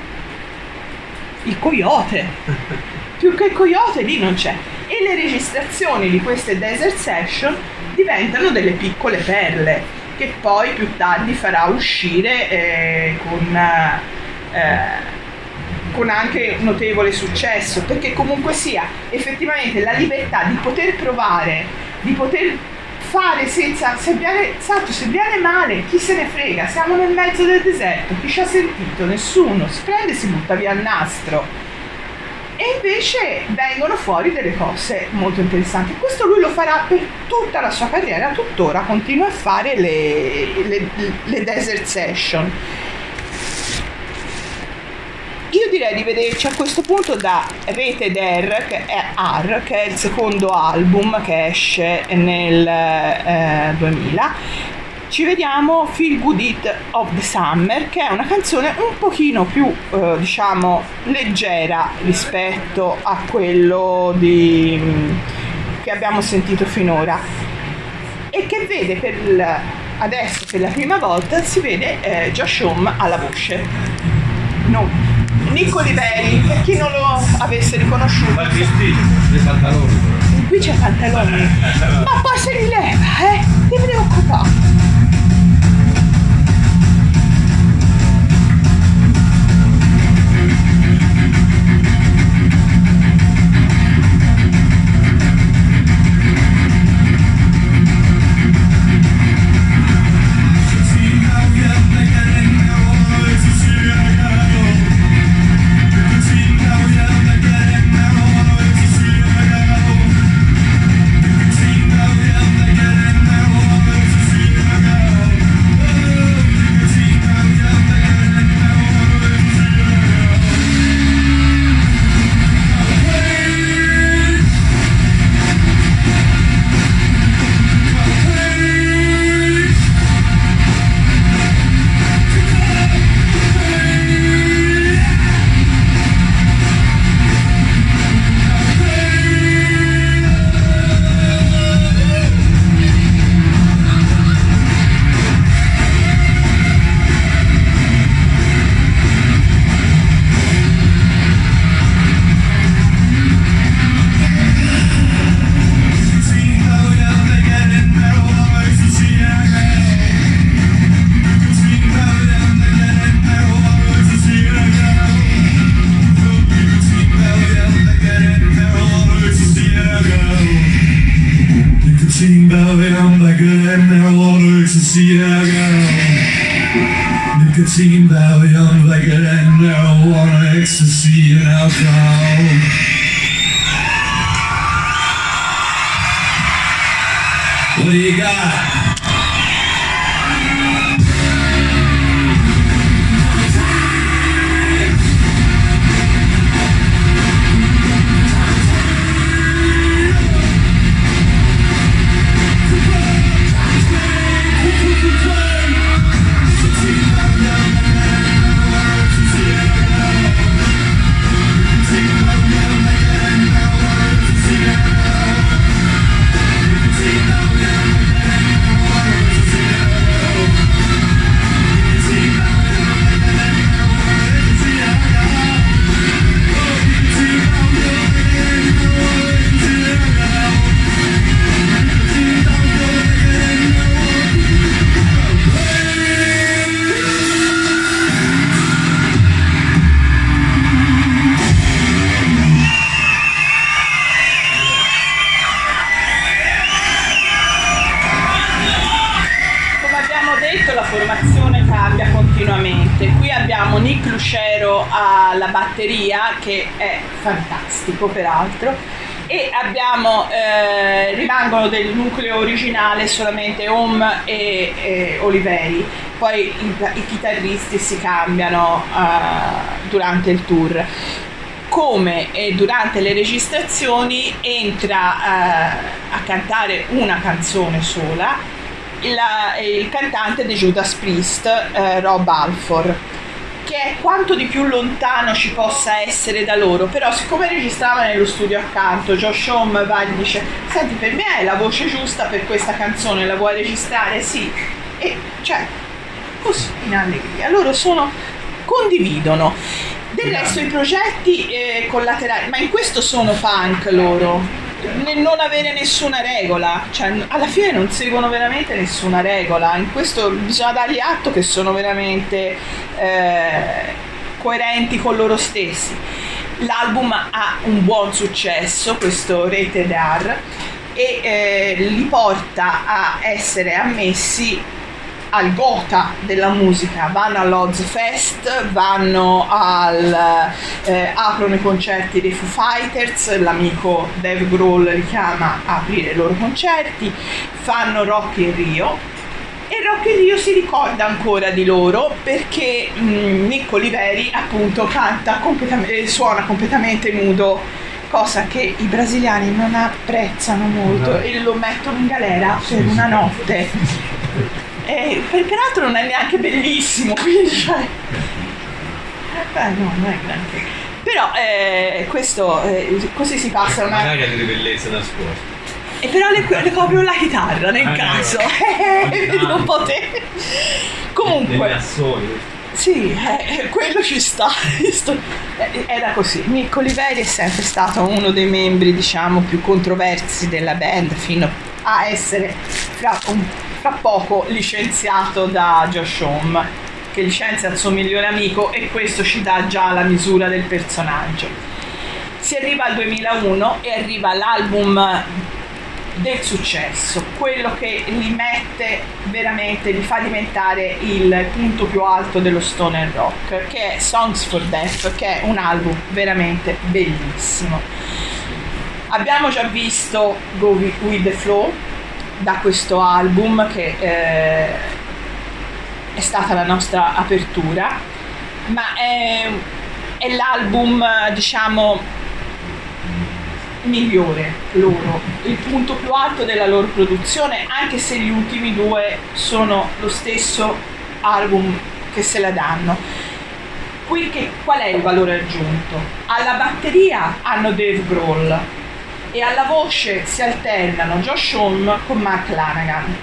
Il coyote, più che il coyote lì non c'è, e le registrazioni di queste desert session diventano delle piccole perle che poi più tardi farà uscire eh, con eh, con anche notevole successo, perché comunque sia effettivamente la libertà di poter provare, di poter fare senza, se viene, esatto, se viene male chi se ne frega, siamo nel mezzo del deserto, chi ci ha sentito? Nessuno, si prende e si butta via il nastro, e invece vengono fuori delle cose molto interessanti. Questo lui lo farà per tutta la sua carriera, tuttora continua a fare le, le, le desert session. Io direi di vederci a questo punto da Rated R, che è R, che è il secondo album che esce nel eh, duemila. Ci vediamo Feel Good It of the Summer, che è una canzone un pochino più eh, diciamo leggera rispetto a quello di, che abbiamo sentito finora, e che vede per il, adesso per la prima volta si vede eh, Josh Homme alla voce. No. Nick Oliveri, per chi non lo avesse riconosciuto. Ma vestiti, dei pantaloni. Qui c'è pantaloni. Ma poi se li leva, eh? Ti preoccupare. Nicotine, Valium, Vicodin, marijuana, ecstasy, and alcohol. What do you got? Nick Lucero alla batteria, che è fantastico peraltro, e abbiamo eh, rimangono del nucleo originale solamente Homme e, e Oliveri, poi i, i chitarristi si cambiano uh, durante il tour. Come e durante le registrazioni entra uh, a cantare una canzone sola la, il cantante di Judas Priest, uh, Rob Halford, che è quanto di più lontano ci possa essere da loro, però siccome registrava nello studio accanto, Josh Homme va e gli dice: senti, per me è la voce giusta per questa canzone, la vuoi registrare? Sì. E cioè così, in allegria, loro sono condividono. Del resto i progetti eh, collaterali, ma in questo sono punk loro, nel non avere nessuna regola, cioè alla fine non seguono veramente nessuna regola, in questo bisogna dargli atto che sono veramente eh, coerenti con loro stessi. L'album ha un buon successo, questo Rated R, e eh, li porta a essere ammessi al gotha della musica, vanno all'Oz Fest, vanno al eh, aprono i concerti dei Foo Fighters, l'amico Dave Grohl li chiama a aprire i loro concerti, fanno Rock in Rio E Rock in Rio si ricorda ancora di loro perché mh, Nick Oliveri appunto canta completamente, suona completamente nudo, cosa che i brasiliani non apprezzano molto e lo mettono in galera per una notte. E per, peraltro non è neanche bellissimo, quindi cioè, beh, no, non è granché. Però eh, questo eh, così si passa una... Magari ha delle bellezze nascoste. E però le, le copro la chitarra nel Ah, caso, no. eh, vedi un po' te. Comunque, Degli assoli. sì, eh, quello ci sta. Sto- eh, Era così. Nick Oliveri è sempre stato uno dei membri, diciamo, più controversi della band, fino a essere fra, un- fra poco licenziato da Josh Homme, che licenzia il suo migliore amico, e questo ci dà già la misura del personaggio. Si arriva al duemilauno e arriva l'album del successo, quello che li mette veramente, li fa diventare il punto più alto dello stoner rock, che è Songs for Death, che è un album veramente bellissimo. Abbiamo già visto Go With The Flow da questo album, che eh, è stata la nostra apertura, ma è, è l'album, diciamo, migliore loro, il punto più alto della loro produzione, anche se gli ultimi due sono lo stesso album che se la danno. Qui che, qual è il valore aggiunto? Alla batteria hanno Dave Grohl e alla voce si alternano Josh Homme con Mark Lanegan.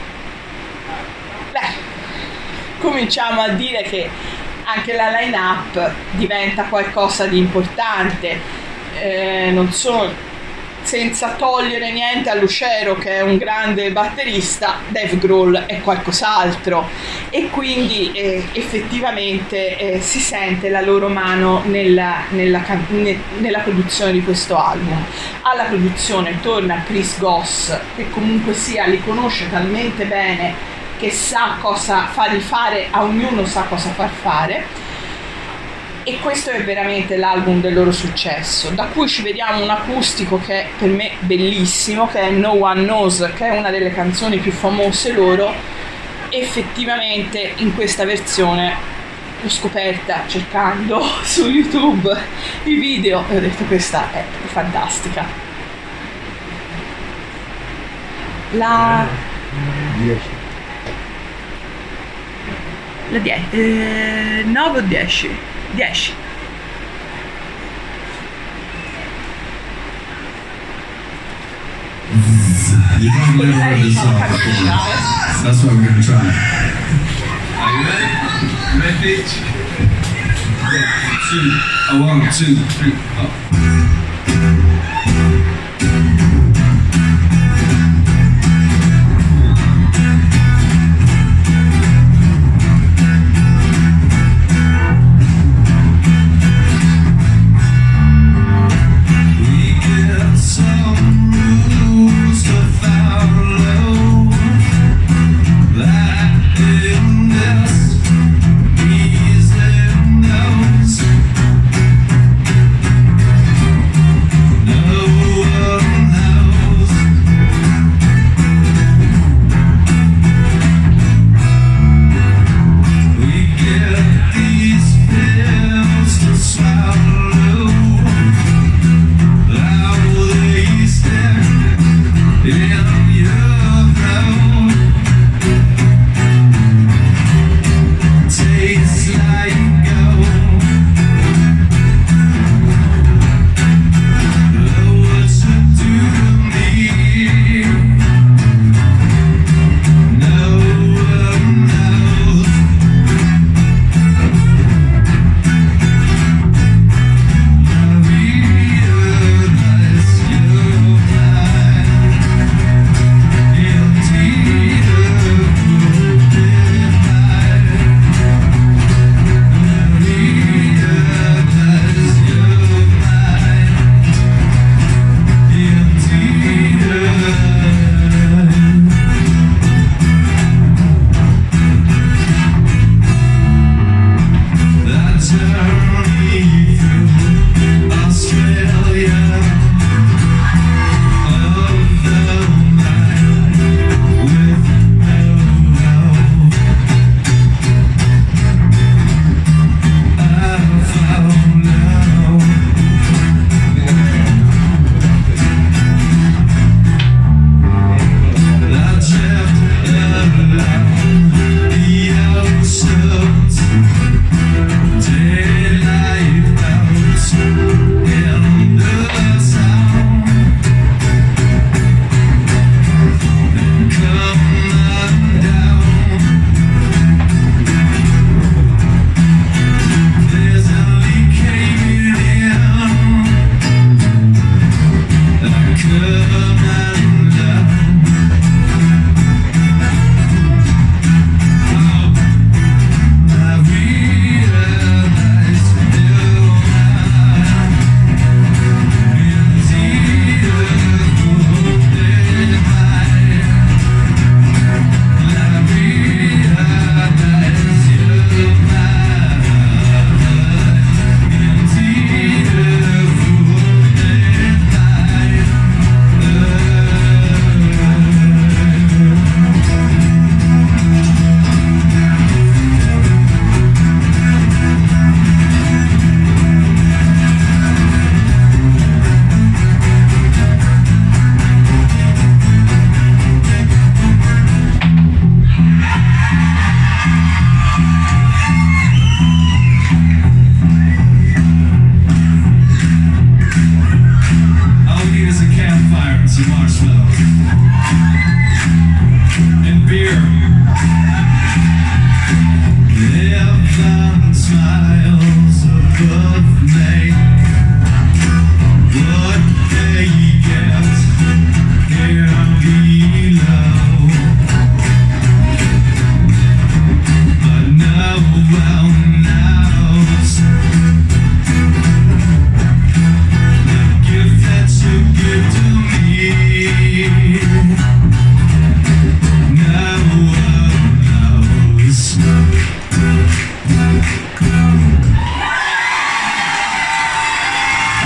Beh, cominciamo a dire che anche la line-up diventa qualcosa di importante. Eh, non so, senza togliere niente a Lucero, che è un grande batterista, Dave Grohl è qualcos'altro, e quindi eh, effettivamente eh, si sente la loro mano nella, nella, ne, nella produzione di questo album. Alla produzione torna Chris Goss, che comunque sia li conosce talmente bene che sa cosa fargli fare, a ognuno sa cosa far fare. E questo è veramente l'album del loro successo, da cui ci vediamo un acustico che è per me bellissimo, che è No One Knows, che è una delle canzoni più famose loro. Effettivamente in questa versione l'ho scoperta cercando su YouTube i video e ho detto questa è fantastica. La... La dieci, eh, nove o dieci? dieci. You probably never heard this song before. That's what we're gonna try. Are you ready? Ready, bitch? Two, a one, two, three, up.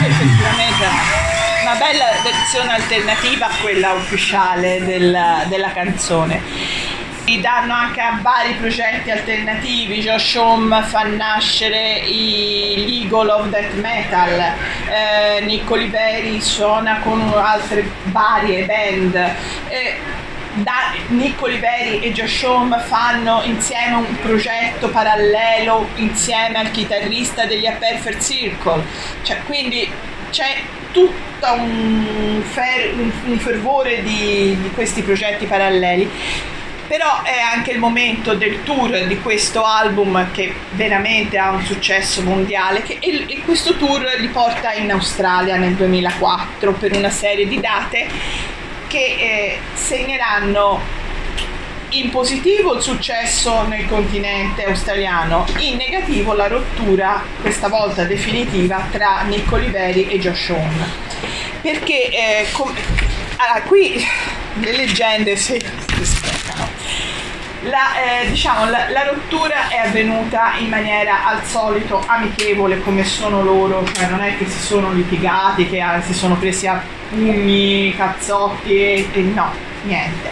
effettivamente una bella versione alternativa a quella ufficiale della, della canzone. Danno anche a vari progetti alternativi. Josh Homme fa nascere i Legal of Death Metal, eh, Nick Oliveri suona con altre varie band, eh, da Nick Oliveri e Josh Homme fanno insieme un progetto parallelo insieme al chitarrista degli A Perfect Circle, cioè, quindi c'è tutto un, fer- un fervore di, di questi progetti paralleli. Però è anche il momento del tour di questo album, che veramente ha un successo mondiale, che, e, e questo tour li porta in Australia nel duemilaquattro per una serie di date che eh, segneranno in positivo il successo nel continente australiano, in negativo la rottura, questa volta definitiva, tra Nick Oliveri e Josh Homme. Perché eh, com- allora, qui le leggende si, si sprecano. La, eh, diciamo, la, la rottura è avvenuta in maniera al solito amichevole, come sono loro, cioè non è che si sono litigati, che ah, si sono presi a pugni, cazzotti e, e no, niente.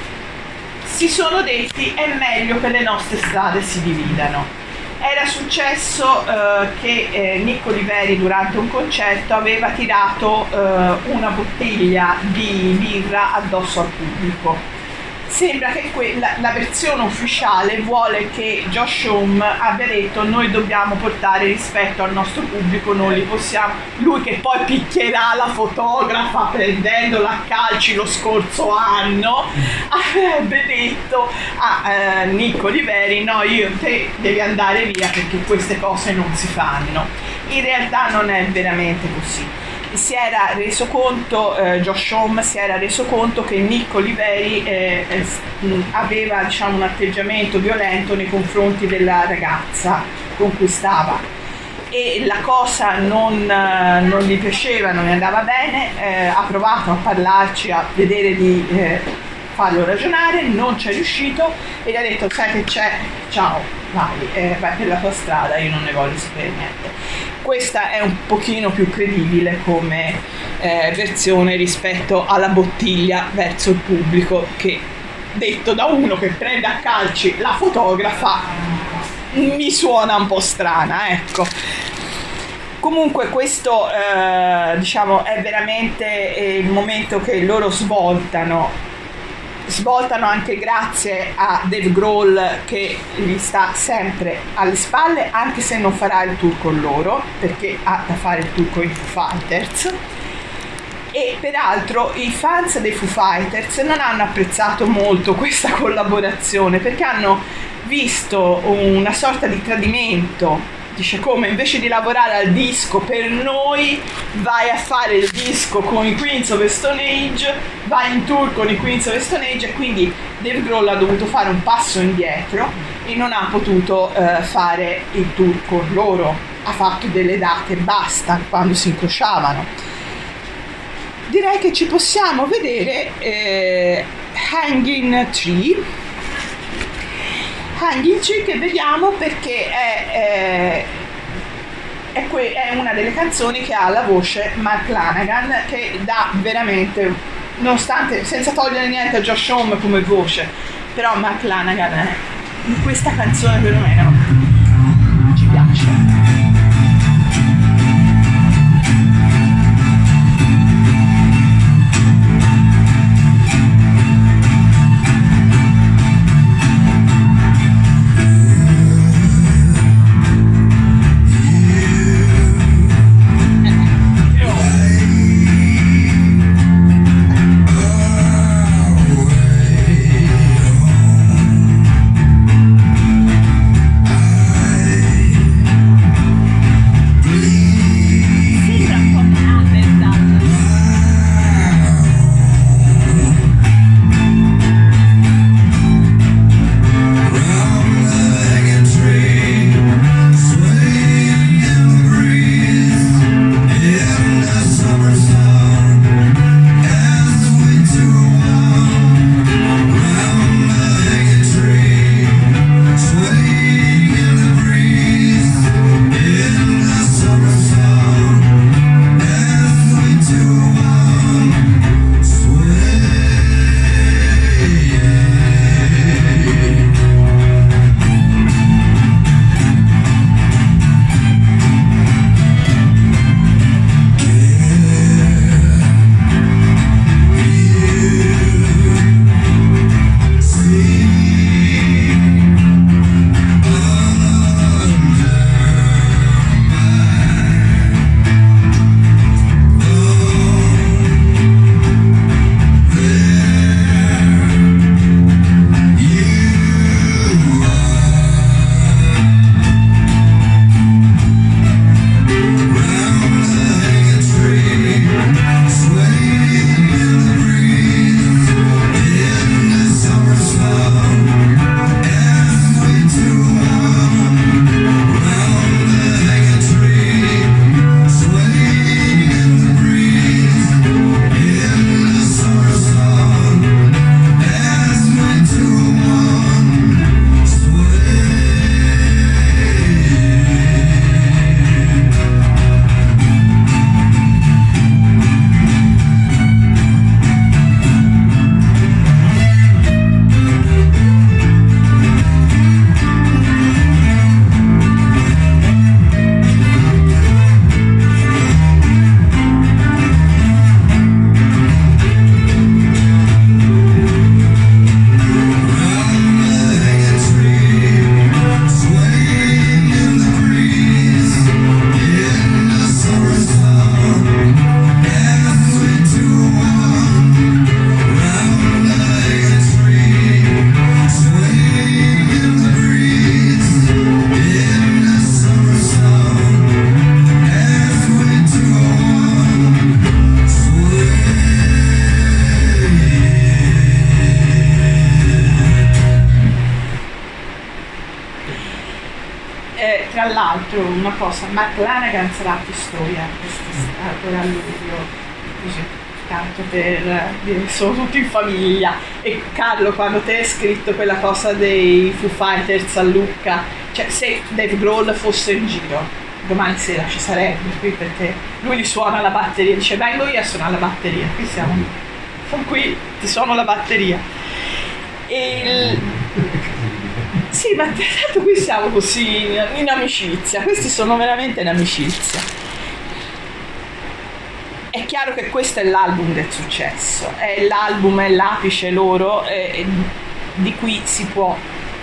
Si sono detti è meglio che le nostre strade si dividano. Era successo eh, che eh, Nick Oliveri durante un concerto aveva tirato eh, una bottiglia di birra addosso al pubblico. Sembra che que- la, la versione ufficiale vuole che Josh Homme abbia detto noi dobbiamo portare rispetto al nostro pubblico, non li possiamo. Lui che poi picchierà la fotografa prendendola a calci lo scorso anno, avrebbe detto a eh, Nick Oliveri no, io te devi andare via perché queste cose non si fanno. In realtà non è veramente così. Si era reso conto, eh, Josh Homme si era reso conto che Nick Oliveri eh, eh, aveva, diciamo, un atteggiamento violento nei confronti della ragazza con cui stava, e la cosa non, non gli piaceva, non gli andava bene. Eh, ha provato a parlarci, a vedere di eh, farlo ragionare, non c'è riuscito e gli ha detto sai che c'è, ciao, vai, eh, vai per la tua strada, io non ne voglio sapere niente. Questa è un pochino più credibile come eh, versione rispetto alla bottiglia verso il pubblico, che detto da uno che prende a calci la fotografa mi suona un po' strana, ecco. Comunque questo eh, diciamo è veramente eh, il momento che loro svoltano svoltano anche grazie a Dave Grohl, che gli sta sempre alle spalle, anche se non farà il tour con loro perché ha da fare il tour con i Foo Fighters. E peraltro i fans dei Foo Fighters non hanno apprezzato molto questa collaborazione, perché hanno visto una sorta di tradimento. Dice, come invece di lavorare al disco per noi vai a fare il disco con i Queens of the Stone Age, vai in tour con i Queens of the Stone Age, e quindi Dave Grohl ha dovuto fare un passo indietro e non ha potuto eh, fare il tour con loro. Ha fatto delle date e basta quando si incrociavano. Direi che ci possiamo vedere eh, Hanging Tree Hanging Tree, che vediamo perché è, è, è, que- è una delle canzoni che ha la voce Mark Lanegan, che dà veramente, nonostante, senza togliere niente a Josh Homme come voce, però Mark Lanegan è, in questa canzone perlomeno ci piace. I tra l'altro una cosa, Mark Lanagan sarà a Pistoia quest'estate a luglio, così, tanto per dire sono tutti in famiglia. E Carlo, quando te hai scritto quella cosa dei Foo Fighters a Lucca, cioè se Dave Grohl fosse in giro domani sera ci sarebbe qui, perché lui gli suona la batteria, dice vengo io a suonare la batteria, qui siamo, sono qui, ti suono la batteria. E il... sì, ma tanto qui siamo così in, in amicizia, questi sono veramente in amicizia. È chiaro che questo è l'album del successo, è l'album, è l'apice loro, eh, di cui si può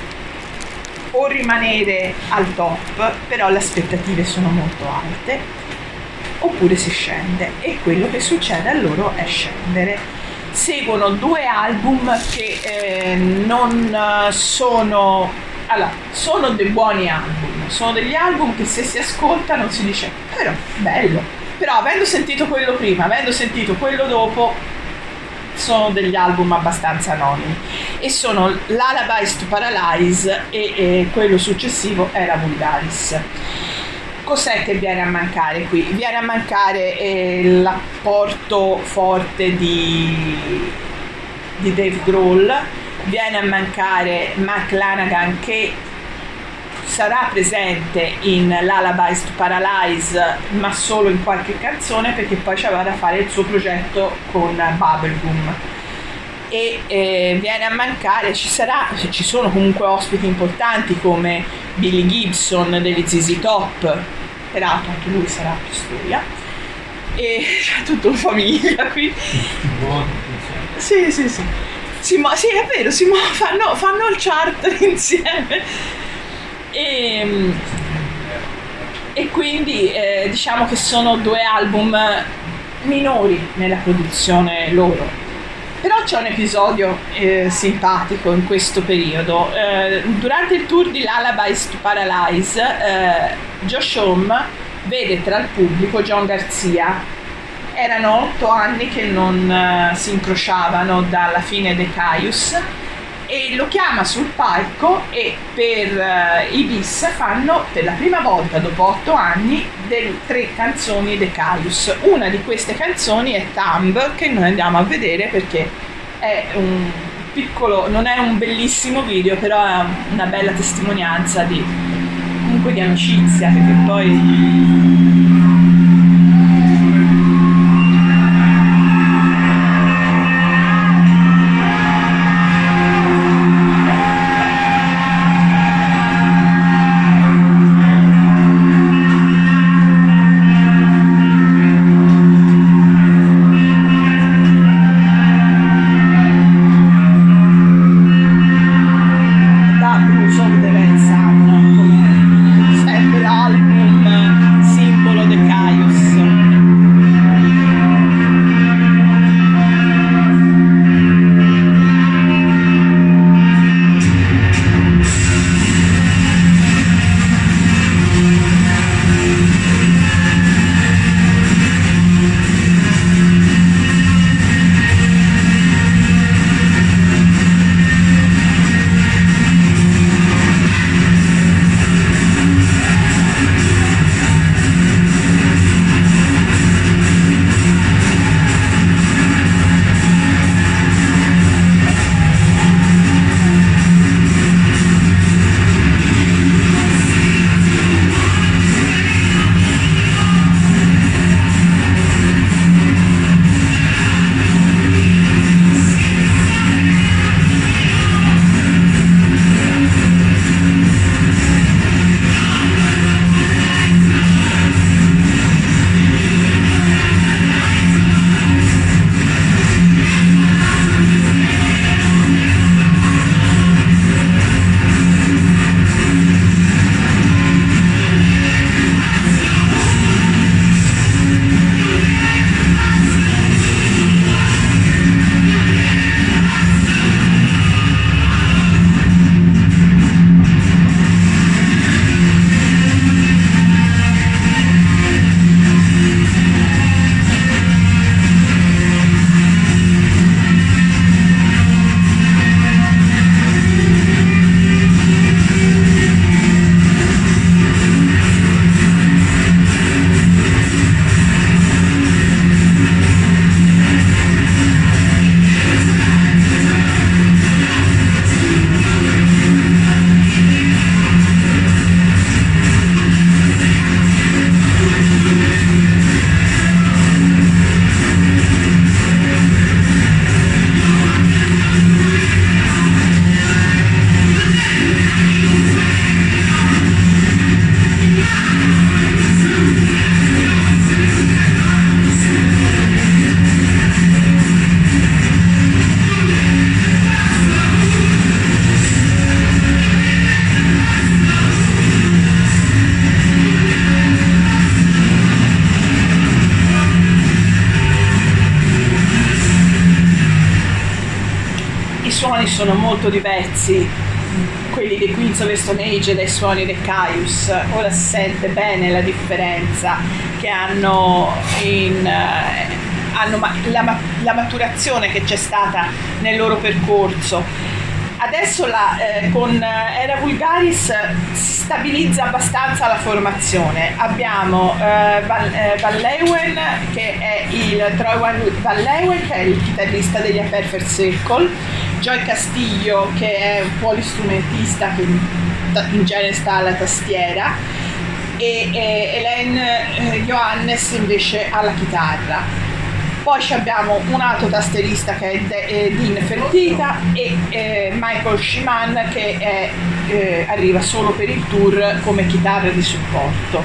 o rimanere al top, però le aspettative sono molto alte, oppure si scende, e quello che succede a loro è scendere. Seguono due album che eh, non sono, allora, sono dei buoni album, sono degli album che se si ascoltano si dice però bello, però avendo sentito quello prima, avendo sentito quello dopo, sono degli album abbastanza anonimi, e sono Lullabies to Paralyze e, e quello successivo era Vulgaris. Cos'è che viene a mancare qui? Viene a mancare eh, l'apporto forte di, di Dave Grohl, viene a mancare Mark Lanagan, che sarà presente in Lullabies to Paralyze ma solo in qualche canzone, perché poi c'aveva da fare il suo progetto con Bubblegum. E eh, viene a mancare, ci sarà, ci sono comunque ospiti importanti come Billy Gibson degli Z Z Top, peraltro anche lui sarà a Pistoia, e c'è tutta una famiglia qui. Sì, sì, sì. Si mo- sì, è vero, si mo- fanno, fanno il chart insieme. E, e quindi eh, diciamo che sono due album minori nella produzione loro, però c'è un episodio eh, simpatico in questo periodo. Eh, durante il tour di Lullabies to Paralyze, eh, Josh Homme vede tra il pubblico John Garcia. Erano otto anni che non eh, si incrociavano dalla fine dei Caius, e lo chiama sul palco, e per uh, i bis fanno per la prima volta dopo otto anni delle tre canzoni dei Caius. Una di queste canzoni è Thumb, che noi andiamo a vedere perché è un piccolo, non è un bellissimo video, però è una bella testimonianza di comunque di amicizia, perché poi simbolo de Caio. sono molto diversi, quelli dei Queens of the Stone Age, dai suoni dei Caius. Ora si sente bene la differenza che hanno in eh, hanno ma- la, la maturazione che c'è stata nel loro percorso. Adesso la, eh, con Era Vulgaris si stabilizza abbastanza la formazione. Abbiamo eh, Van, eh, Van Leeuwen, che è il Troy Van Leeuwen, che è il chitarrista degli A Perfect Circle, Joy Castillo, che è un polistrumentista che in genere sta alla tastiera, e, e Hélène eh, Johannes invece alla chitarra. Poi abbiamo un altro tastierista che è De- eh, Dean Fertita e eh, Michael Schiman, che è, eh, arriva solo per il tour come chitarra di supporto.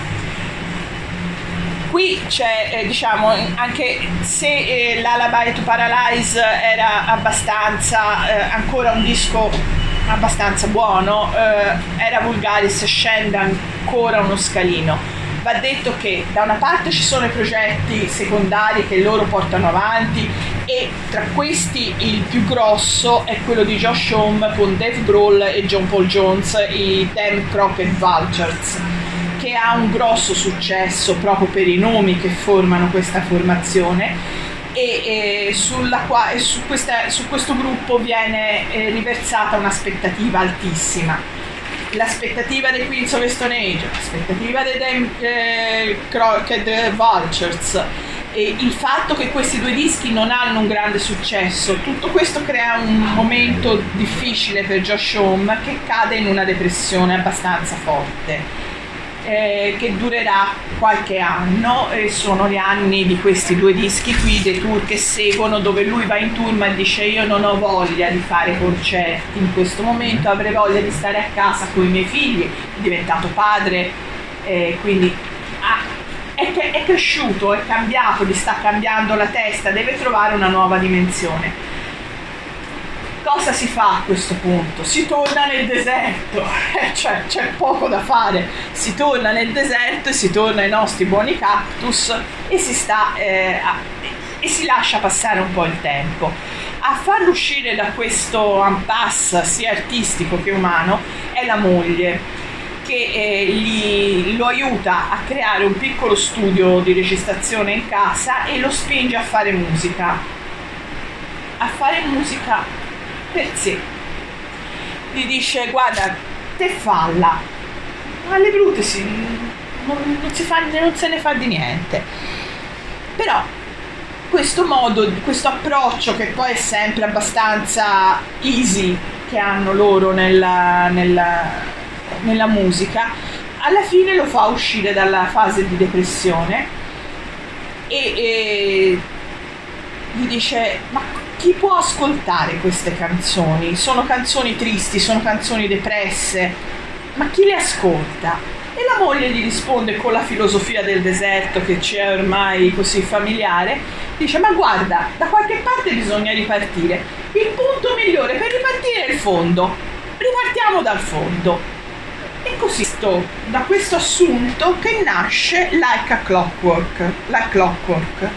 Qui c'è, eh, diciamo, anche se eh, l'Lullaby to Paralyze era abbastanza, eh, ancora un disco abbastanza buono, eh, Era Vulgaris scende ancora uno scalino. Va detto che da una parte ci sono i progetti secondari che loro portano avanti, e tra questi il più grosso è quello di Josh Homme con Dave Grohl e John Paul Jones, i Damn Crooked Vultures, che ha un grosso successo proprio per i nomi che formano questa formazione, e, e, sulla qua, e su, questa, su questo gruppo viene eh, riversata un'aspettativa altissima. L'aspettativa dei Queens of the Stone Age, l'aspettativa dei Damn eh, Crooked Vultures, e il fatto che questi due dischi non hanno un grande successo, tutto questo crea un momento difficile per Josh Homme, che cade in una depressione abbastanza forte, eh, che durerà qualche anno, e sono gli anni di questi due dischi qui, dei tour che seguono, dove lui va in tour ma dice: io non ho voglia di fare concerti in questo momento, avrei voglia di stare a casa con i miei figli, è diventato padre, eh, quindi ah, è, è cresciuto, è cambiato, gli sta cambiando la testa, deve trovare una nuova dimensione. Cosa si fa a questo punto? Si torna nel deserto, eh, cioè c'è poco da fare, si torna nel deserto e si torna ai nostri buoni cactus, e si sta eh, a, e si lascia passare un po' il tempo. A farlo uscire da questo impasse sia artistico che umano è la moglie, che eh, gli, lo aiuta a creare un piccolo studio di registrazione in casa e lo spinge a fare musica, a fare musica per sé. Gli dice: guarda, te falla, alle brute si, non, non, si fa, non se ne fa di niente. Però questo modo, questo approccio, che poi è sempre abbastanza easy che hanno loro nella, nella, nella musica, alla fine lo fa uscire dalla fase di depressione, e, e gli dice: ma chi può ascoltare queste canzoni? Sono canzoni tristi, sono canzoni depresse, ma chi le ascolta? E la moglie gli risponde con la filosofia del deserto che ci è ormai così familiare, dice: ma guarda, da qualche parte bisogna ripartire, il punto migliore per ripartire è il fondo, ripartiamo dal fondo. E così sto, da questo assunto che nasce Like a Clockwork, Like Clockwork,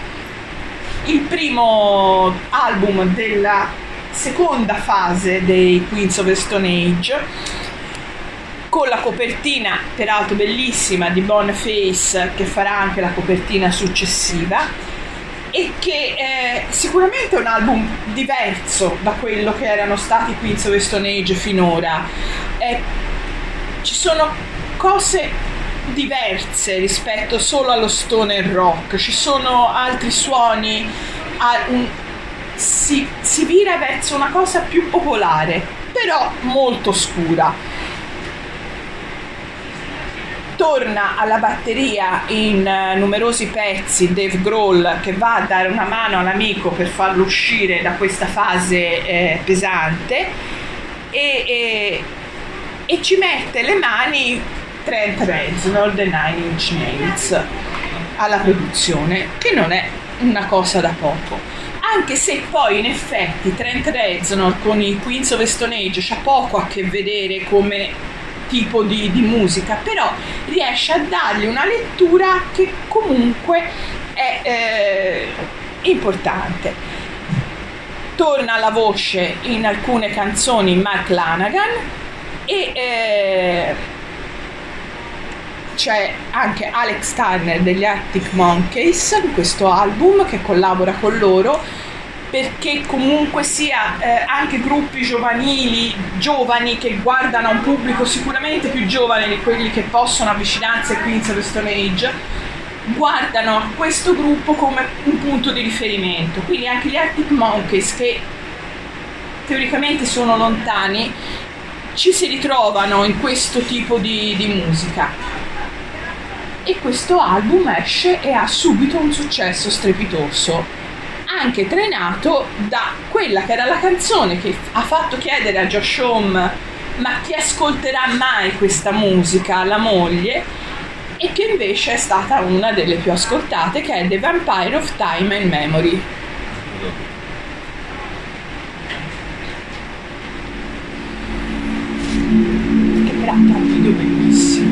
il primo album della seconda fase dei Queens of the Stone Age, con la copertina peraltro bellissima di Boniface, che farà anche la copertina successiva, e che è sicuramente un album diverso da quello che erano stati i Queens of the Stone Age finora. Eh, ci sono cose diverse rispetto solo allo stoner rock, ci sono altri suoni, un, si, si vira verso una cosa più popolare, però molto scura. Torna alla batteria in uh, numerosi pezzi Dave Grohl, che va a dare una mano all'amico per farlo uscire da questa fase eh, pesante, e, e, e ci mette le mani Trent Reznor dei Nine Inch Nails alla produzione, che non è una cosa da poco, anche se poi in effetti Trent Reznor con i Queens of the Stone Age c'ha poco a che vedere come tipo di, di musica, però riesce a dargli una lettura che comunque è eh, importante. torna la voce in alcune canzoni Mark Lanagan e eh, c'è anche Alex Turner degli Arctic Monkeys in questo album che collabora con loro, perché comunque sia eh, anche gruppi giovanili, giovani che guardano a un pubblico sicuramente più giovane di quelli che possono avvicinarsi ai Queens of the Stone Age, guardano a questo gruppo come un punto di riferimento. Quindi anche gli Arctic Monkeys, che teoricamente sono lontani, ci si ritrovano in questo tipo di, di musica. E questo album esce e ha subito un successo strepitoso, anche trainato da quella che era la canzone che ha fatto chiedere a Josh Homme ma chi ascolterà mai questa musica alla moglie, e che invece è stata una delle più ascoltate, che è The Vampire of Time and Memory. Che peraltro è un video bellissimo.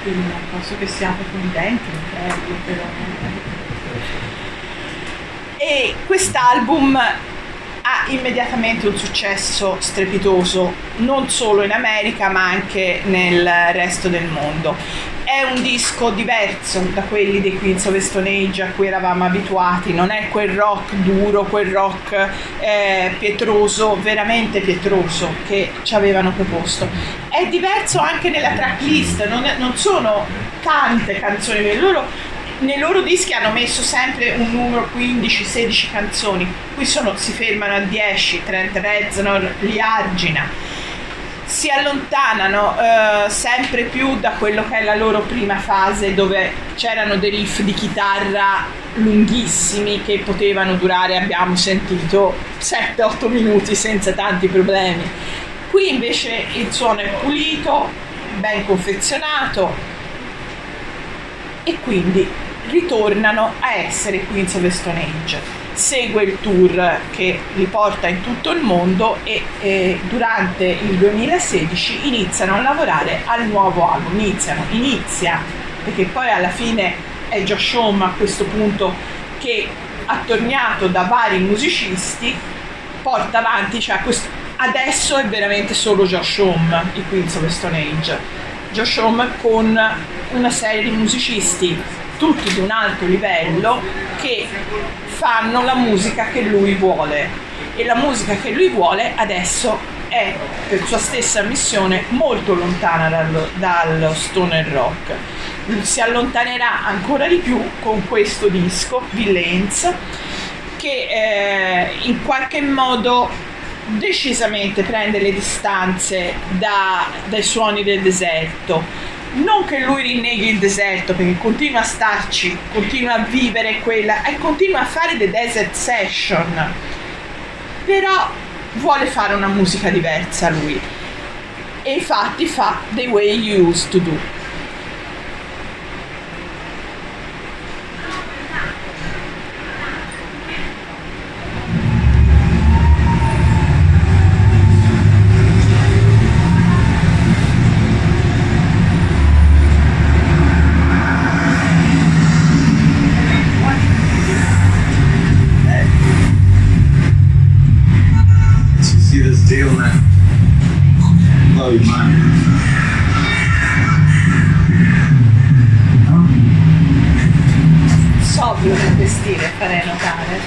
quindi non posso che siate contenti, bello però. E quest'album ha immediatamente un successo strepitoso, non solo in America ma anche nel resto del mondo. È un disco diverso da quelli dei Queens of the Stone Age a cui eravamo abituati, non è quel rock duro, quel rock eh, pietroso, veramente pietroso che ci avevano proposto. È diverso anche nella tracklist, non, è, non sono tante canzoni, per loro nei loro dischi hanno messo sempre un numero quindici sedici canzoni, qui sono, si fermano a dieci. Trent Reznor li argina, si allontanano eh, sempre più da quello che è la loro prima fase, dove c'erano dei riff di chitarra lunghissimi che potevano durare, abbiamo sentito, sette otto minuti senza tanti problemi. Qui invece il suono è pulito, ben confezionato, e quindi ritornano a essere Queens of the Stone Age. Segue il tour che li porta in tutto il mondo e eh, durante il duemilasedici iniziano a lavorare al nuovo album. Iniziano, inizia, perché poi alla fine è Josh Homme a questo punto che, attorniato da vari musicisti, porta avanti, cioè questo, adesso è veramente solo Josh Homme, i Queens of the Stone Age. Josh Homme con una serie di musicisti tutti di un alto livello che fanno la musica che lui vuole, e la musica che lui vuole adesso è, per sua stessa ammissione, molto lontana dallo, dallo stoner rock. Si allontanerà ancora di più con questo disco Villains, che eh, in qualche modo decisamente prende le distanze da, dai suoni del deserto. Non che lui rinneghi il deserto, perché continua a starci, continua a vivere quella e continua a fare the desert session, però vuole fare una musica diversa lui, e infatti fa The Way You Used to Do. Deal that load, man. Sobrio nel vestire, farei notare.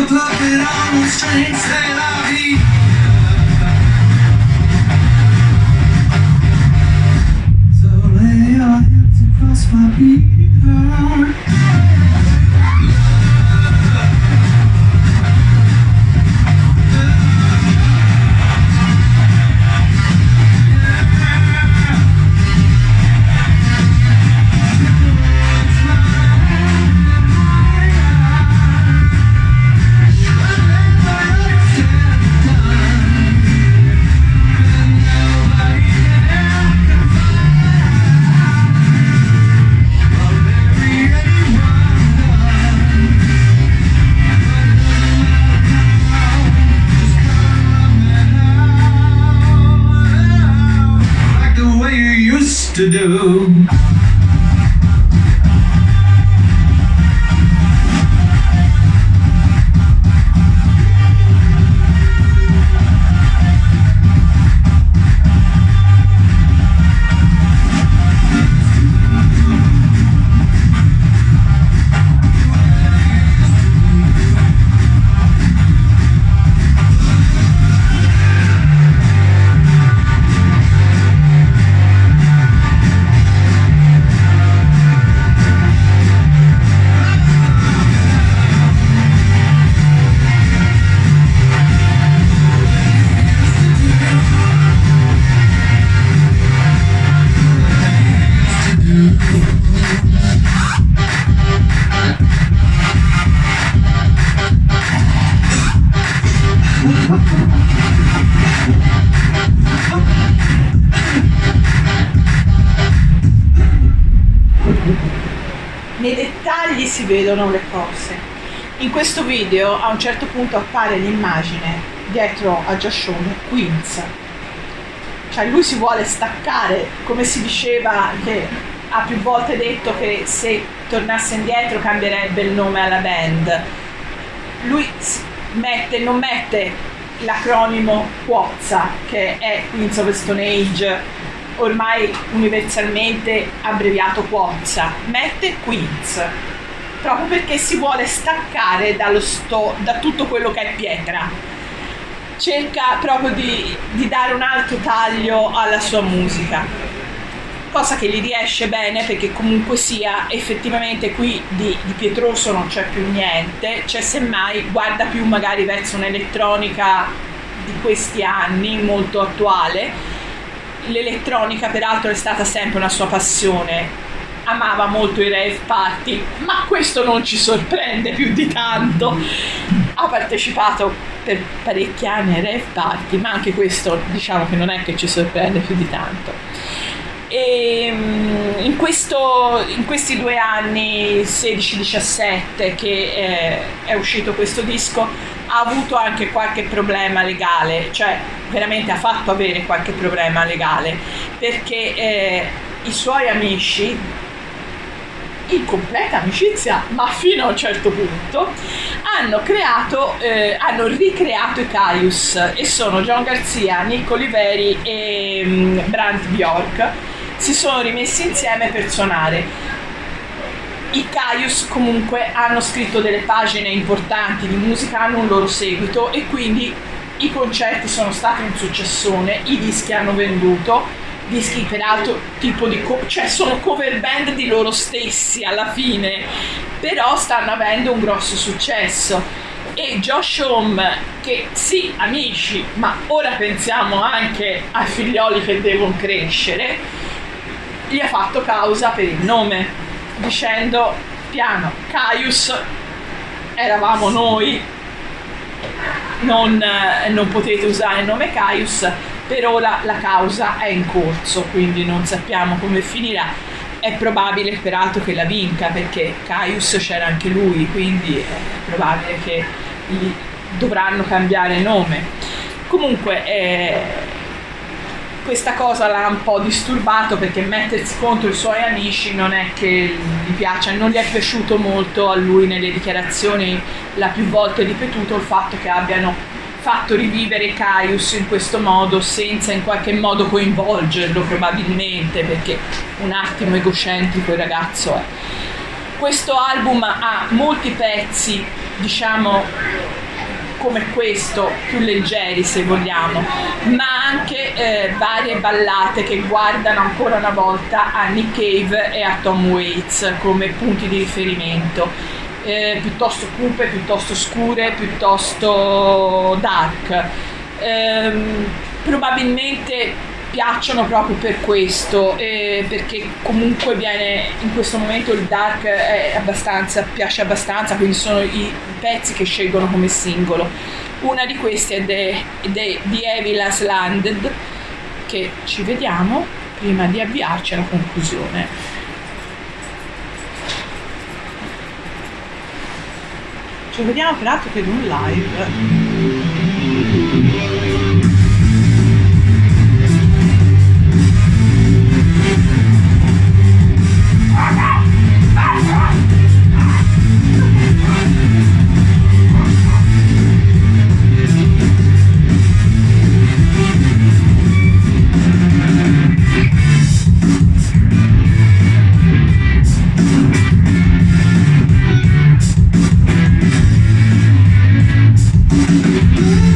a puppet on the strings, c'est la vie. So lay your hands across my beating heart. To do. Nei dettagli si vedono le cose. In questo video a un certo punto appare l'immagine dietro a Josh Homme Queens, cioè lui si vuole staccare, come si diceva, che ha più volte detto che se tornasse indietro cambierebbe il nome alla band. Lui mette, non mette l'acronimo Quozza, che è Queens of the Stone Age, ormai universalmente abbreviato Quozza, mette Queens, proprio perché si vuole staccare dallo sto, da tutto quello che è pietra. Cerca proprio di, di dare un altro taglio alla sua musica, cosa che gli riesce bene, perché comunque sia effettivamente qui di, di pietroso non c'è più niente, c'è semmai, guarda più magari verso un'elettronica di questi anni, molto attuale. L'elettronica peraltro è stata sempre una sua passione, amava molto i rave party, ma questo non ci sorprende più di tanto. Ha partecipato per parecchi anni ai rave party, ma anche questo diciamo che non è che ci sorprende più di tanto. E in, questo, in questi due anni sedici diciassette che eh, è uscito questo disco, ha avuto anche qualche problema legale, cioè veramente ha fatto avere qualche problema legale, perché eh, i suoi amici, in completa amicizia ma fino a un certo punto, hanno creato eh, hanno ricreato i Kyuss, e sono John Garcia, Nick Oliveri e um, Brant Bjork. Si sono rimessi insieme per suonare. I Kyuss comunque hanno scritto delle pagine importanti di musica, hanno un loro seguito, e quindi i concerti sono stati un successone, i dischi hanno venduto, dischi peraltro tipo di co- cioè sono cover band di loro stessi alla fine, però stanno avendo un grosso successo. E Josh Homme, che sì, amici, ma ora pensiamo anche ai figlioli che devono crescere, gli ha fatto causa per il nome, dicendo piano, Kyuss eravamo noi, non, non potete usare il nome Kyuss, per ora la causa è in corso, quindi non sappiamo come finirà. È probabile peraltro che la vinca, perché Kyuss c'era anche lui, quindi è probabile che gli dovranno cambiare nome. Comunque eh, questa cosa l'ha un po' disturbato, perché mettersi contro i suoi amici non è che gli piaccia, non gli è piaciuto molto a lui nelle dichiarazioni, l'ha più volte ripetuto il fatto che abbiano fatto rivivere Kyuss in questo modo senza in qualche modo coinvolgerlo, probabilmente perché un attimo egocentrico il ragazzo è. Questo album ha molti pezzi, diciamo, come questo, più leggeri se vogliamo, ma anche eh, varie ballate che guardano ancora una volta a Nick Cave e a Tom Waits come punti di riferimento, eh, piuttosto cupe, piuttosto scure, piuttosto dark. Ehm, probabilmente piacciono proprio per questo, eh, perché comunque viene in questo momento il dark è abbastanza, piace abbastanza, quindi sono i pezzi che scelgono come singolo. Una di queste è The, The, The Evil Has Landed, che ci vediamo prima di avviarci alla conclusione. Ci vediamo peraltro per un live. Thank you.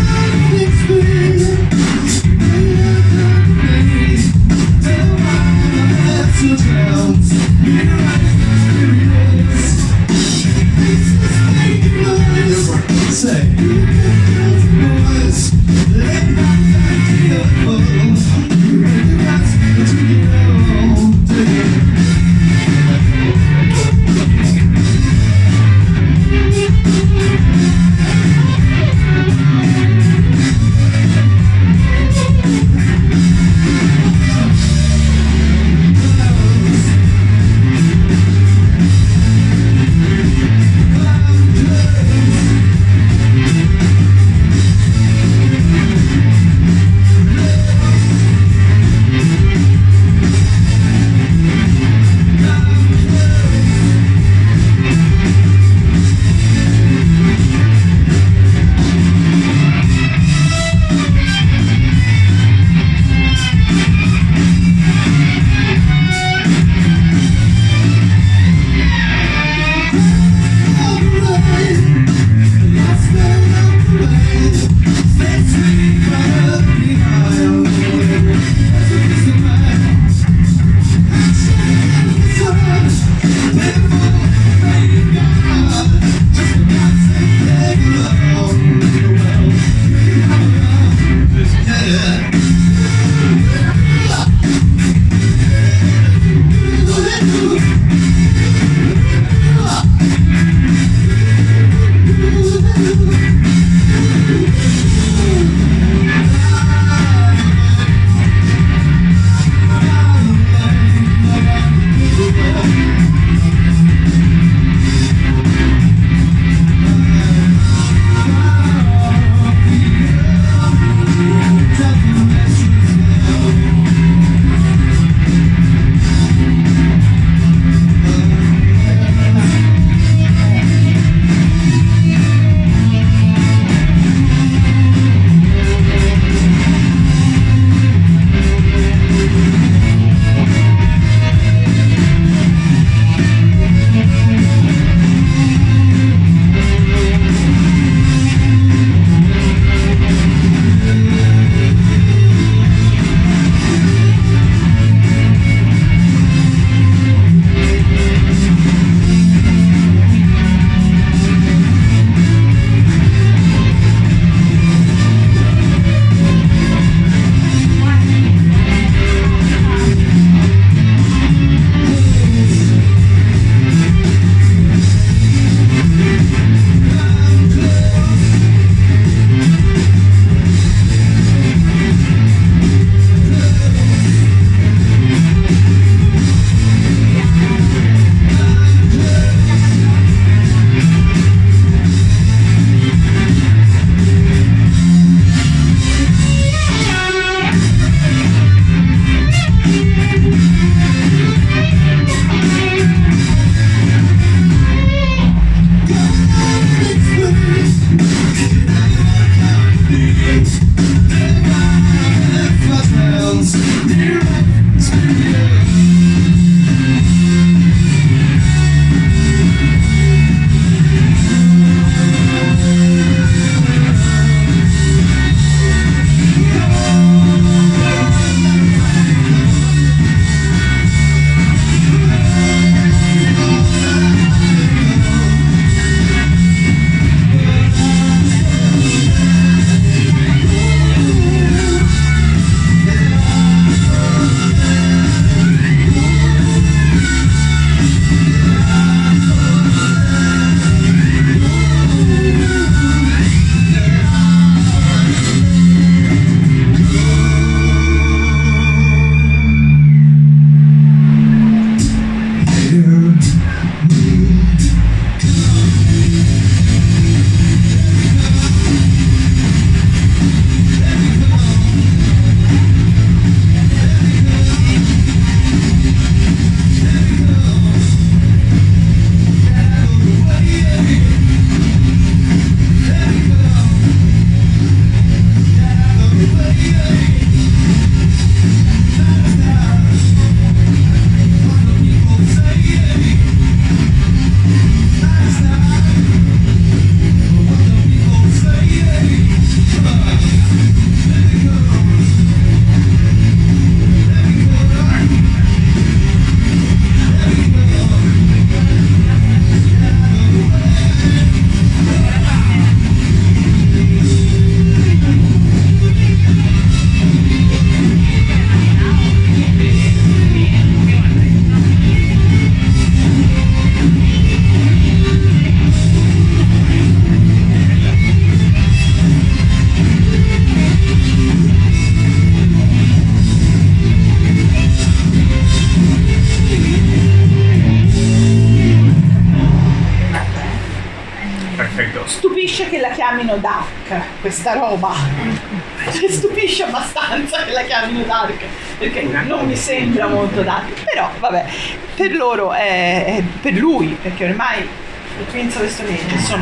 stupisce che la chiamino Dark, questa roba. Mi stupisce abbastanza che la chiamino Dark, perché non mi sembra molto Dark, però vabbè, per loro è, è per lui, perché ormai i Queens of the Stone Age sono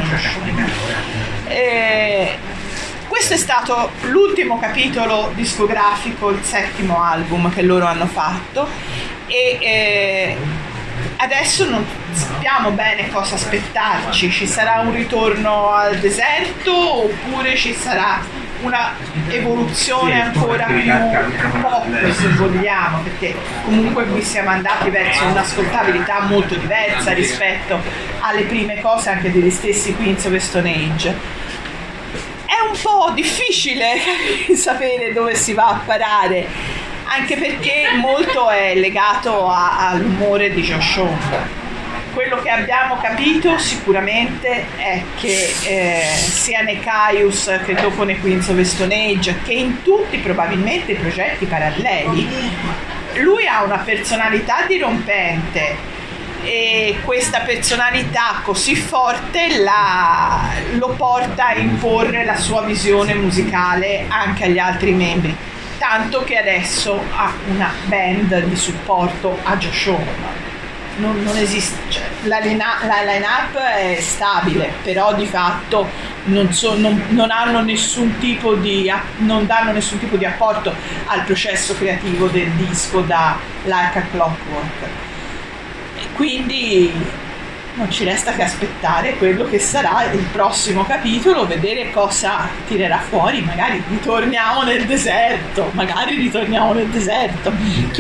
e questo è stato l'ultimo capitolo discografico, il settimo album che loro hanno fatto, e eh, adesso non sappiamo bene cosa aspettarci. Ci sarà un ritorno al deserto oppure ci sarà una evoluzione ancora più pop, se vogliamo, perché comunque qui siamo andati verso un'ascoltabilità molto diversa rispetto alle prime cose anche degli stessi Queens of the Stone Age. È un po' difficile sapere dove si va a parare, anche perché molto è legato a, all'umore di Josh Homme. Quello che abbiamo capito sicuramente è che eh, sia nei Caius che dopo nei Queens of the Stone Age, che in tutti probabilmente i progetti paralleli, lui ha una personalità dirompente, e questa personalità così forte la, lo porta a imporre la sua visione musicale anche agli altri membri, tanto che adesso ha una band di supporto a Josh Homme. Non, non esiste, cioè, la, line- la line-up è stabile, però di fatto non, so, non, non hanno nessun tipo di non danno nessun tipo di apporto al processo creativo del disco da Like a Clockwork. E quindi non ci resta che aspettare quello che sarà il prossimo capitolo, vedere cosa tirerà fuori. Magari ritorniamo nel deserto, magari ritorniamo nel deserto.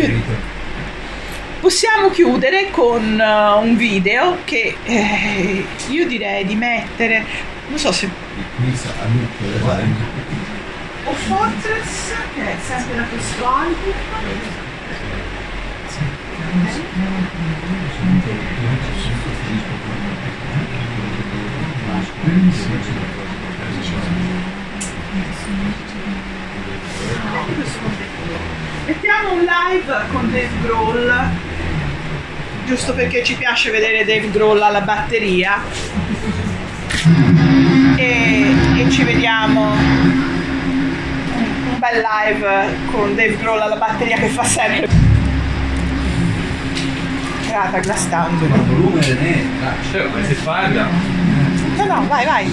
Possiamo chiudere con uh, un video che eh, io direi di mettere, non so se o Fortress, che è sempre da questo album. Mettiamo un live con Dave Grohl, giusto perché ci piace vedere Dave Grohl alla batteria, e, e ci vediamo un bel live con Dave Grohl alla batteria, che fa sempre grata glastando. Il volume è cioè, come si parla? No, no, vai, vai.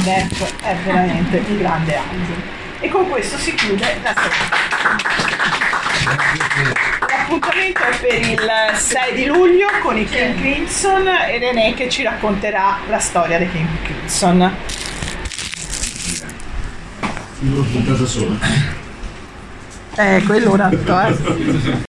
Depp è veramente un grande angelo. E con questo si chiude la serie. L'appuntamento è per il sei di luglio con i King Crimson e René che ci racconterà la storia dei King Crimson. L'ho puntata sola. Eh, quello un altro, eh.